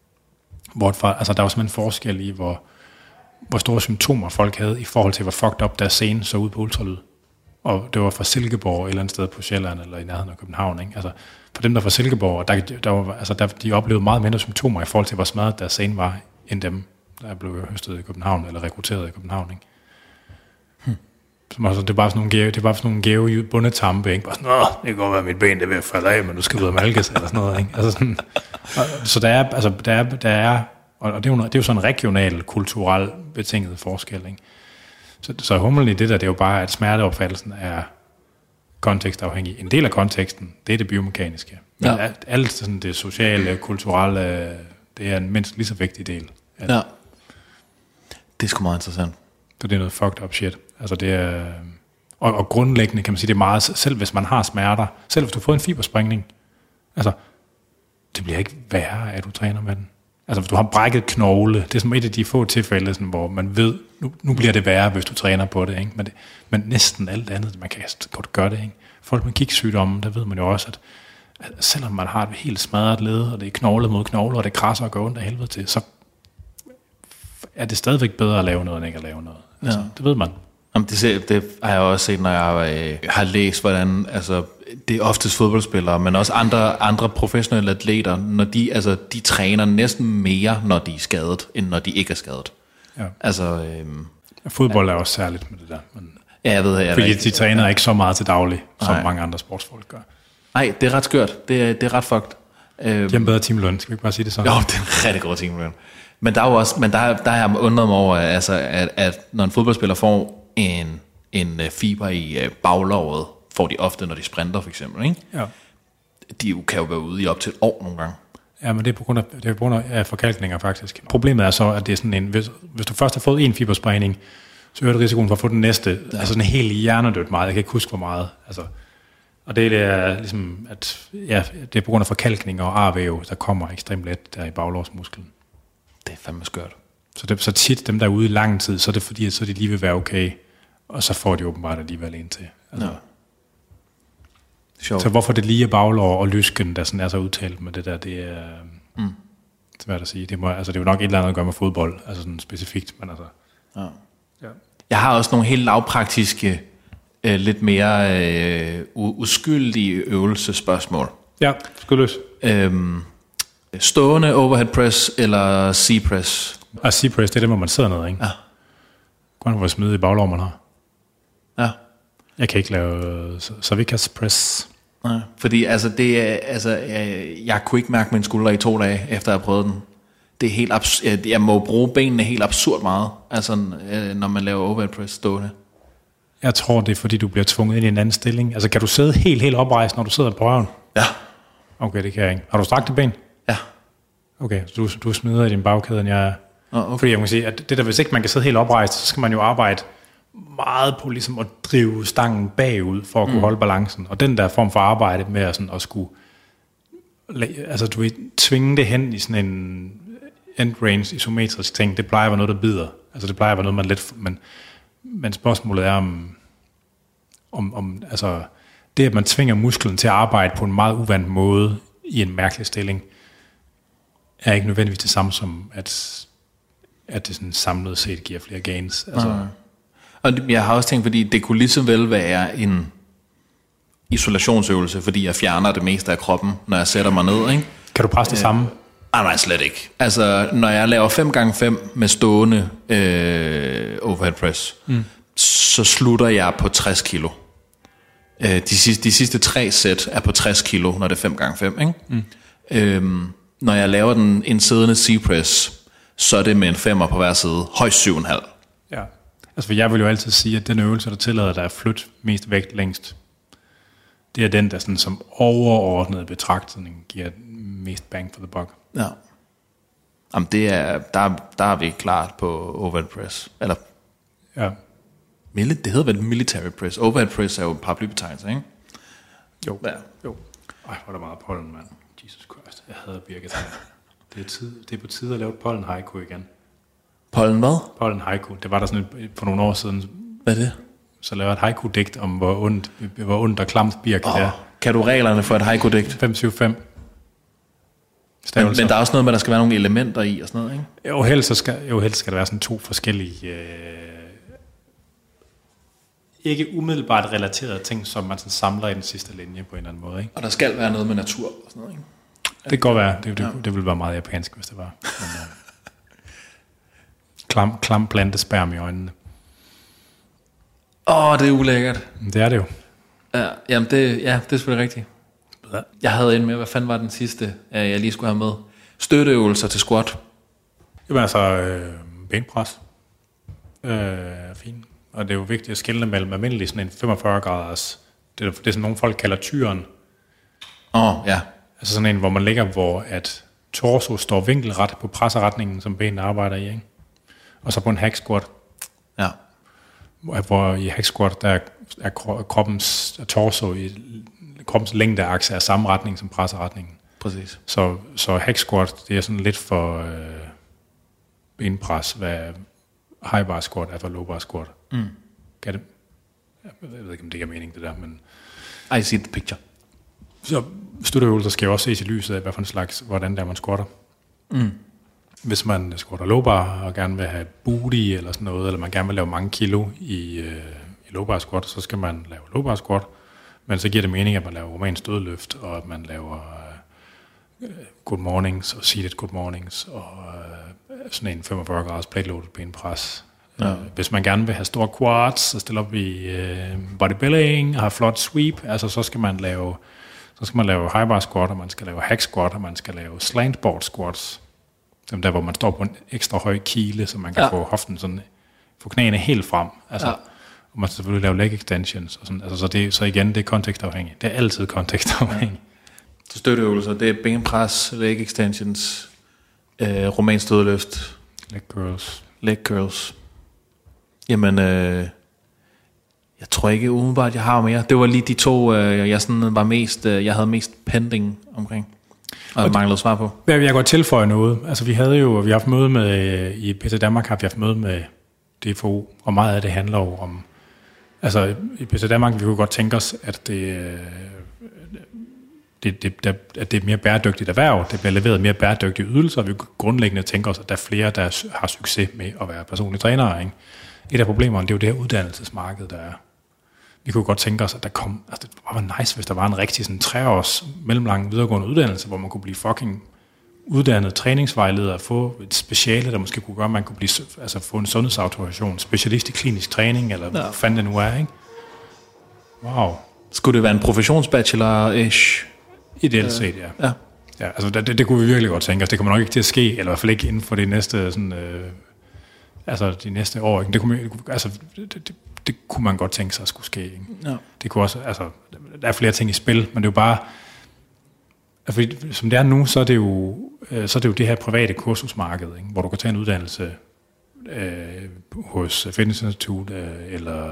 hvor fra, altså, der var simpelthen forskel i, hvor, hvor store symptomer folk havde, i forhold til, hvor fucked up deres scene så ud på ultralyd. Og det var fra Silkeborg, et eller andet sted på Sjælland, eller i nærheden af København, ikke? Altså, for dem, der fra Silkeborg, der, der var, altså, der, de oplevede meget mindre symptomer i forhold til, hvor smadret deres scene var, end dem, der blev høstet i København, eller rekrutteret i København, ikke? Hmm. Som, altså, det var bare sådan nogle gave, det var sådan nogle gave bundetampe, ikke? Bare sådan, åh, det kan godt være, mit ben det er ved at falde af, men du skal ud og malkes, eller sådan noget, ikke? Altså sådan, og, så der er, altså, der er, der er og det er, jo, det er jo sådan en regional, kulturel betinget forskel, ikke? Så, så humlen i det der, det er jo bare, at smerteopfattelsen er kontekstafhængig. En del af konteksten, det er det biomekaniske. Men ja. alt, alt sådan det sociale, kulturelle, det er en mindst lige så vigtig del. Ja. Det er sgu meget interessant. Så det er noget fucked up shit. Altså det er, og, og grundlæggende kan man sige, det er meget, selv hvis man har smerter, selv hvis du får en fibersprængning, altså, det bliver ikke værre, at du træner med den. Altså, hvis du har brækket knogle, det er som et af de få tilfælde, sådan, hvor man ved, nu, nu bliver det værre, hvis du træner på det, ikke? Men, det, men næsten alt andet, man kan godt gøre det, ikke? Folk med gigtsygdomme, der ved man jo også, at, at selvom man har et helt smadret led, og det er knogle mod knogle, og det krasser og går ondt af helvede til, så er det stadigvæk bedre at lave noget, end ikke at lave noget. Altså, ja. Det ved man. Jamen, det, det har jeg også set, når jeg har, øh, har læst, hvordan altså, det er oftest fodboldspillere, men også andre, andre professionelle atleter, når de, altså, de træner næsten mere, når de er skadet, end når de ikke er skadet. Ja. Altså, øhm, fodbold ja. er også særligt med det der. Men, ja, jeg ved, jeg fordi ikke, de træner ja. ikke så meget til daglig, som Nej. mange andre sportsfolk gør. Nej, det er ret skørt. Det er, det er ret fucked. Øhm, de har en bedre timeløn, skal vi ikke bare sige det sådan? Jo, det er en rigtig god timeløn. Men der er jo også, men der, der har jeg undret mig over, altså, at, at når en fodboldspiller får en, en fiber i baglåret, får de ofte, når de sprinter for eksempel, ikke? Ja. De jo, kan jo være ude i op til et år nogle gange. Ja, men det er på grund af, det er på grund af forkalkninger faktisk. Problemet er så, at det er sådan en, hvis, hvis du først har fået en fibersprængning, så øger det risikoen for at få den næste, ja. altså sådan helt hjernedødt meget, jeg kan ikke huske hvor meget, altså. Og det er ligesom, at ja, det er på grund af forkalkning og arvæv, der kommer ekstremt let der i baglårsmusklen. Det er fandme skørt. Så, det, så tit dem der er ude i lang tid, så er det fordi, at så de lige vil være okay, og så får de åbenbart alligevel en til. Altså. Ja. Så hvorfor det lige er baglår og lysken, der sådan er så udtalt med det der, det er mm. svært at sige. Det, må, altså, det er jo nok et eller andet at gøre med fodbold, altså sådan specifikt, men altså. Ja. Ja. Jeg har også nogle helt lavpraktiske, øh, lidt mere øh, uskyldige øvelsespørgsmål. Ja, skudløs. Øhm, stående overhead press eller C-press? Og C-press, det er det, hvor man sidder ned, ikke? Ja. Godt, hvor smidig i baglår man har. Ja. Jeg kan ikke lave cervicas press. Nej, fordi altså det er, altså jeg, jeg kunne ikke mærke min skulder i to dage efter jeg prøvede den. Det er helt abs- jeg, jeg må bruge benene helt absurd meget, altså når man laver overhead press stående. Jeg tror det er fordi du bliver tvunget ind i en anden stilling. Altså kan du sidde helt helt oprejst når du sidder på røven? Ja. Okay, det kan jeg ikke. Har du strakte ben? Ja. Okay, så du du smider i din bagkæde, end jeg er. Oh, okay. Fordi jeg må sige at det der hvis ikke man kan sidde helt oprejst, så skal man jo arbejde meget på ligesom at drive stangen bagud for at kunne mm. holde balancen. Og den der form for arbejde med at, sådan, at skulle altså du vil tvinge det hen i sådan en end range isometrisk ting, det plejer at være noget, der bider. Altså det plejer at være noget, man let... Men, men spørgsmålet er om, om, om... Altså det, at man tvinger musklen til at arbejde på en meget uvant måde i en mærkelig stilling, er ikke nødvendigvis det samme som, at, at det sådan samlet set giver flere gains. Altså... Mm. Og jeg har også tænkt, fordi det kunne lige så vel være en isolationsøvelse, fordi jeg fjerner det meste af kroppen, når jeg sætter mig ned, ikke? Kan du presse det øh, samme? Ah, nej, slet ikke. Altså, når jeg laver fem gange fem med stående øh, overhead press, mm. så slutter jeg på tres kilo. Øh, de, sidste, de sidste tre sæt er på tres kilo, når det er fem gange fem, ikke? Mm. Øhm, når jeg laver den en siddende C-press, så er det med en femmer på hver side, højst syv komma fem. Ja. Altså, jeg vil jo altid sige, at den øvelse, der tillader dig at flytte mest vægt længst, det er den, der sådan, som overordnet betragtning giver mest bang for the buck. Ja. Jamen, det er, der, der er vi klart på overhead press. Eller, ja. Det hedder vel military press. Overhead press er jo en paraplybetegnelse, ikke? Jo. Ja. Jo. Ej, hvor er der meget pollen, mand. Jesus Christ, jeg hader birket her. Det er, tid, det er på tide at lave et pollen haiku igen. Pollen hvad? Pollen haiku. Det var der sådan et, for nogle år siden. Hvad er det? Så lavede et haiku-digt om, hvor ondt, hvor ondt og klamt birket oh, er. Kan du reglerne for et haiku-digt? fem syv fem. Men, men der er også noget med, der skal være nogle elementer i og sådan noget, ikke? Jo, helst skal, jo, helst skal der være sådan to forskellige, øh, ikke umiddelbart relaterede ting, som man sådan samler i den sidste linje på en eller anden måde, ikke? Og der skal være noget med natur og sådan noget, ikke? Det kan godt være. Det, det, ja. det ville være meget japansk, hvis det var. Men, øh, klam, klam plante sperm i øjnene. Åh, oh, det er ulækkert. Det er det jo. Ja, jamen det, ja, det er selvfølgelig rigtigt. Ja. Jeg havde en med, hvad fanden var den sidste, jeg lige skulle have med? Støtteøvelser til squat. Jamen altså, øh, benpres. Øh, fint. Og det er jo vigtigt at skelne mellem almindelig sådan en femogfyrre graders, det er, det er sådan nogle folk kalder tyren. Åh, oh, ja. Altså sådan en, hvor man ligger, hvor at torso står vinkelret på presseretningen, som benene arbejder i, ikke? Og så på en hack squat. Ja. Hvor, hvor i hack squat, der er kroppens torso i kroppens længdeakse er samme retning som presseretningen. Præcis. Så, så hack squat, det er sådan lidt for øh, benpres, hvad high bar squat er for low bar squat. Mm. Kan det? Jeg ved ikke, om det giver mening, det der, men... I see the picture. Så støtteøvelser skal jo også ses i lyset af, hvad for en slags, hvordan der man squatter. Mm. Hvis man squatter low bar og gerne vil have booty eller sådan noget, eller man gerne vil lave mange kilo i, øh, i low bar squat, så skal man lave low bar squat. Men så giver det mening, at man laver romansk dødløft, og at man laver uh, good mornings og seated good mornings, og uh, sådan en femogfyrre graders plate-loaded benpres. Ja. Uh, hvis man gerne vil have store quads, og stille op i uh, bodybuilding, og have flot sweep, altså så skal man lave, så skal man lave high bar squat, og man skal lave hack squat, og man skal lave slantboard squats. Dem der, hvor man står på en ekstra høj kile, så man kan ja. få hoften sådan, få knæene helt frem. Altså, ja. Og man skal selvfølgelig lave leg extensions. Og sådan. Altså, så, det, så igen, det er kontekstafhængigt. Det er altid kontekstafhængigt. Ja. Så støtteøvelser, det er benpres, leg extensions, øh, romansk dødløft. Leg curls. Leg curls. Jamen, øh, jeg tror ikke umiddelbart, jeg har mere. Det var lige de to, øh, jeg sådan var mest, øh, jeg havde mest pending omkring. Og, og manglede svar på. Jeg vil godt tilføje noget. Altså vi havde jo, vi har haft møde med, i P T Danmark har vi haft møde med D F O, og meget af det handler jo om, altså i P T Danmark, vi kunne godt tænke os, at det, det, det, at det er mere bæredygtigt erhverv, det bliver leveret mere bæredygtige ydelser, og vi kunne grundlæggende tænke os, at der er flere, der har succes med at være personlige trænere. Ikke? Et af problemerne, det er jo det her uddannelsesmarked, der er. Vi kunne godt tænke os, at der kom, altså det var nice, hvis der var en rigtig sådan tre års mellemlang videregående uddannelse, hvor man kunne blive fucking uddannet træningsvejleder, og få et speciale, der måske kunne gøre, at man kunne blive, altså få en sundhedsautorisation, specialist i klinisk træning, eller ja. hvad fanden det nu er, ikke? Wow. Skulle det være en professionsbachelor-ish? Ideelt set, ja. Ja, ja altså det, det kunne vi virkelig godt tænke os. Det kommer nok ikke til at ske, eller i hvert fald ikke inden for det næste, sådan, øh, altså de næste år. Ikke? Det kunne, altså, det, det, det kunne man godt tænke sig at skulle ske. Ikke? Ja. Det kunne også, altså, der er flere ting i spil, men det er jo bare, altså, som det er nu, så er det jo, så er det, jo det her private kursusmarked, ikke? Hvor du kan tage en uddannelse øh, hos Fitness Institute, øh, eller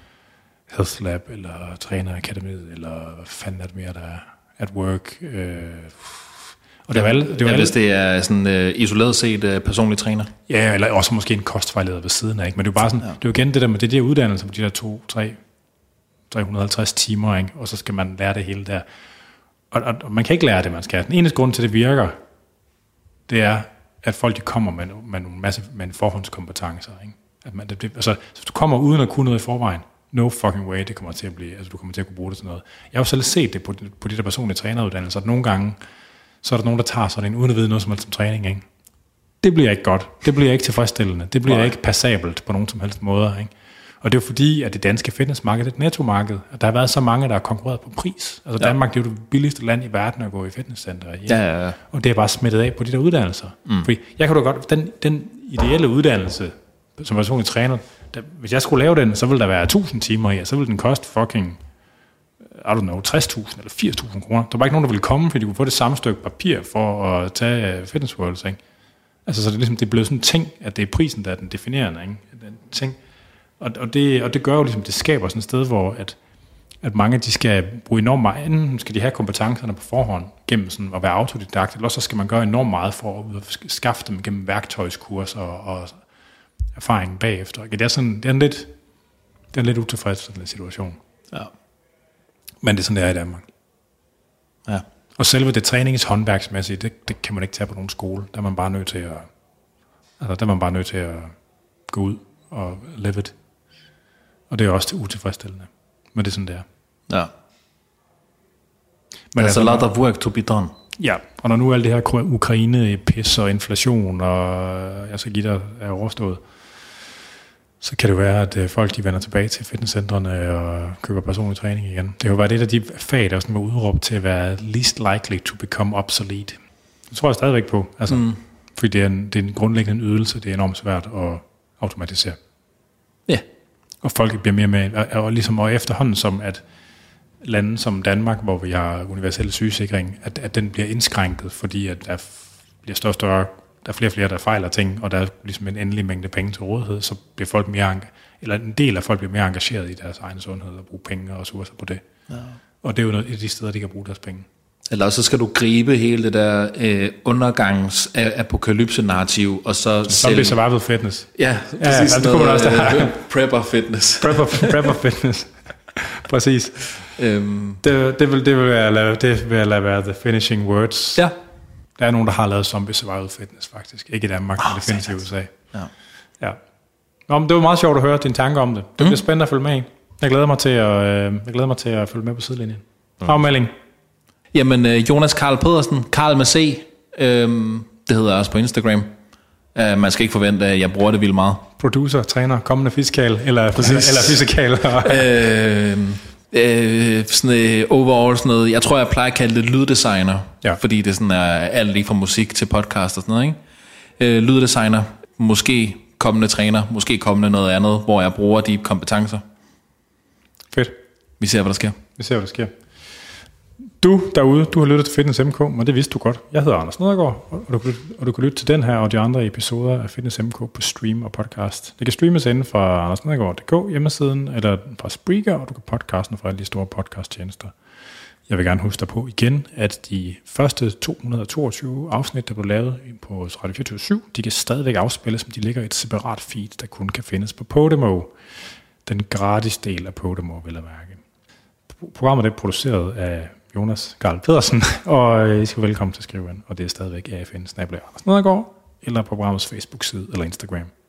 Health Lab, eller Træner Akademiet, eller hvad fanden er det mere, der er at work. Øh, og det er jo alle, det er jo ja, alle, hvis det er sådan øh, isoleret set øh, personlig træner. Ja, eller også måske en kostvejleder ved siden af, ikke? Men det er jo bare sådan, ja. det er jo igen det der med det der uddannelse på de der to, tre, tre hundrede og halvtreds timer, ikke? Og så skal man lære det hele der. Og, og, og man kan ikke lære det, man skal. Den eneste grund til, det virker, det er, at folk de kommer med, med en masse med en forhåndskompetencer. Ikke? At man, det, altså, så du kommer uden at kunne noget i forvejen, no fucking way, det kommer til at blive, altså du kommer til at kunne bruge det til noget. Jeg har jo selv set det på, på de der personlige træneruddannelser, at nogle gange, så er der nogen, der tager sådan en, uden at vide noget som helst om træning. Ikke? Det bliver ikke godt. Det bliver ikke tilfredsstillende. Det bliver Nej. ikke passabelt på nogen som helst måder. Ikke? Og det er jo fordi, at det danske fitnessmarked er et nettomarked, at der har været så mange, der har konkurreret på pris. Altså ja. Danmark, det er jo det billigste land i verden at gå i fitnesscenter i. Ja, ja, ja. Og det er bare smittet af på de der uddannelser. Mm. Fordi jeg kan da godt, den, den ideelle uddannelse, som personlig træner, der, hvis jeg skulle lave den, så ville der være tusind timer i, og så ville den koste fucking, I don't know, tres tusind eller firs tusind kroner. Der var ikke nogen, der ville komme, fordi de kunne få det samme stykke papir for at tage Fitness Worlds, ikke? Altså, så det er ligesom, det er blevet sådan en ting, at det er prisen, der er den definerende, ikke? Den ting. Og, og, det, og det gør jo ligesom, det skaber sådan et sted, hvor at, at mange, de skal bruge enormt meget, enten skal de have kompetencerne på forhånd, gennem sådan at være autodidakt, eller så skal man gøre enormt meget for at skaffe dem gennem værktøjskurser og, og erfaringen bagefter. Det er sådan, det er en lidt, det er en lidt utilfredsstillende situation. Ja. Men det er sådan, det er i Danmark. Ja. Og selve det træningshåndværksmæssige, det, det kan man ikke tage på nogen skole. Der er man bare nødt til at, altså der er man bare nødt til at gå ud og live it. Og det er også utilfredsstillende. Men det er sådan, det er. Ja. Men altså, a lot of work to be done. Ja, og når nu alt det her Ukraine-pis og inflation, og jeg skal give dig er overstået, så kan det være, at folk de vender tilbage til fitnesscentrene og køber personlig træning igen. Det kan jo være det af de fag, der sådan var udråbt til at være least likely to become obsolete. Det tror jeg stadigvæk på. Altså, mm. Fordi det er, en, det er en grundlæggende ydelse, det er enormt svært at automatisere. Ja. Og folk bliver mere med, og, og ligesom og efterhånden som, at lande som Danmark, hvor vi har universelle sygesikring, at, at den bliver indskrænket, fordi at der bliver større og større, der er flere og flere, der fejler ting, og der er ligesom en endelig mængde penge til rådighed, så bliver folk mere, eller en del af folk bliver mere engageret i deres egen sundhed og bruge penge og ressourcer på det. Ja. Og det er jo noget, et af de steder, de kan bruge deres penge. Eller så skal du gribe hele det der øh, undergangs-apokalypse-narrativ, og så Zombie selv... survival fitness. Ja, præcis. Ja, ja, det kunne man også øh, prepper fitness. prepper, prepper fitness. Præcis. Øhm. Det, det, vil, det, vil være, det vil lade være the finishing words. Ja. Der er nogen, der har lavet zombie survival fitness, faktisk. Ikke i Danmark, oh, men det findes i U S A. Ja. Ja. Nå, men det var meget sjovt at høre dine tanker om det. Det bliver mm. spændende at følge med i. Jeg glæder mig til at, øh, jeg glæder mig til at følge med på sidelinjen. Afmelding. Jamen, øh, Jonas Karl Pedersen, Karl med C, øh, det hedder jeg også på Instagram. Uh, man skal ikke forvente, at jeg bruger det vildt meget. Producer, træner, kommende fiskal, eller, eller fysikal. øh, øh, sådan uh, overall sådan noget. Jeg tror, jeg plejer at kalde det lyddesigner, ja. Fordi det sådan er alt lige fra musik til podcast og sådan noget, ikke? Uh, lyddesigner, måske kommende træner, måske kommende noget andet, hvor jeg bruger de kompetencer. Fedt. Vi ser, hvad der sker. Vi ser, hvad der sker. Du derude, du har lyttet til Fitness M K, men det vidste du godt. Jeg hedder Anders Nedergaard, og du, og du kan lytte til den her og de andre episoder af Fitness M K på stream og podcast. Det kan streames inden fra anders nedergaard punktum d k hjemmesiden, eller fra Spreaker, og du kan podcasten fra alle de store podcasttjenester. Jeg vil gerne huske dig på igen, at de første to hundrede og toogtyve afsnit, der blev lavet på Radio fireogtyve syv, de kan stadigvæk afspilles, men de ligger i et separat feed, der kun kan findes på Podimo. Den gratis del af Podimo, vil jeg mærke. Programmet er produceret af Jonas Karl Pedersen, og I skal velkommen til at skrive ind, og det er stadigvæk A F N snabel-a Anders Nedergaard, eller på programmets Facebook-side eller Instagram.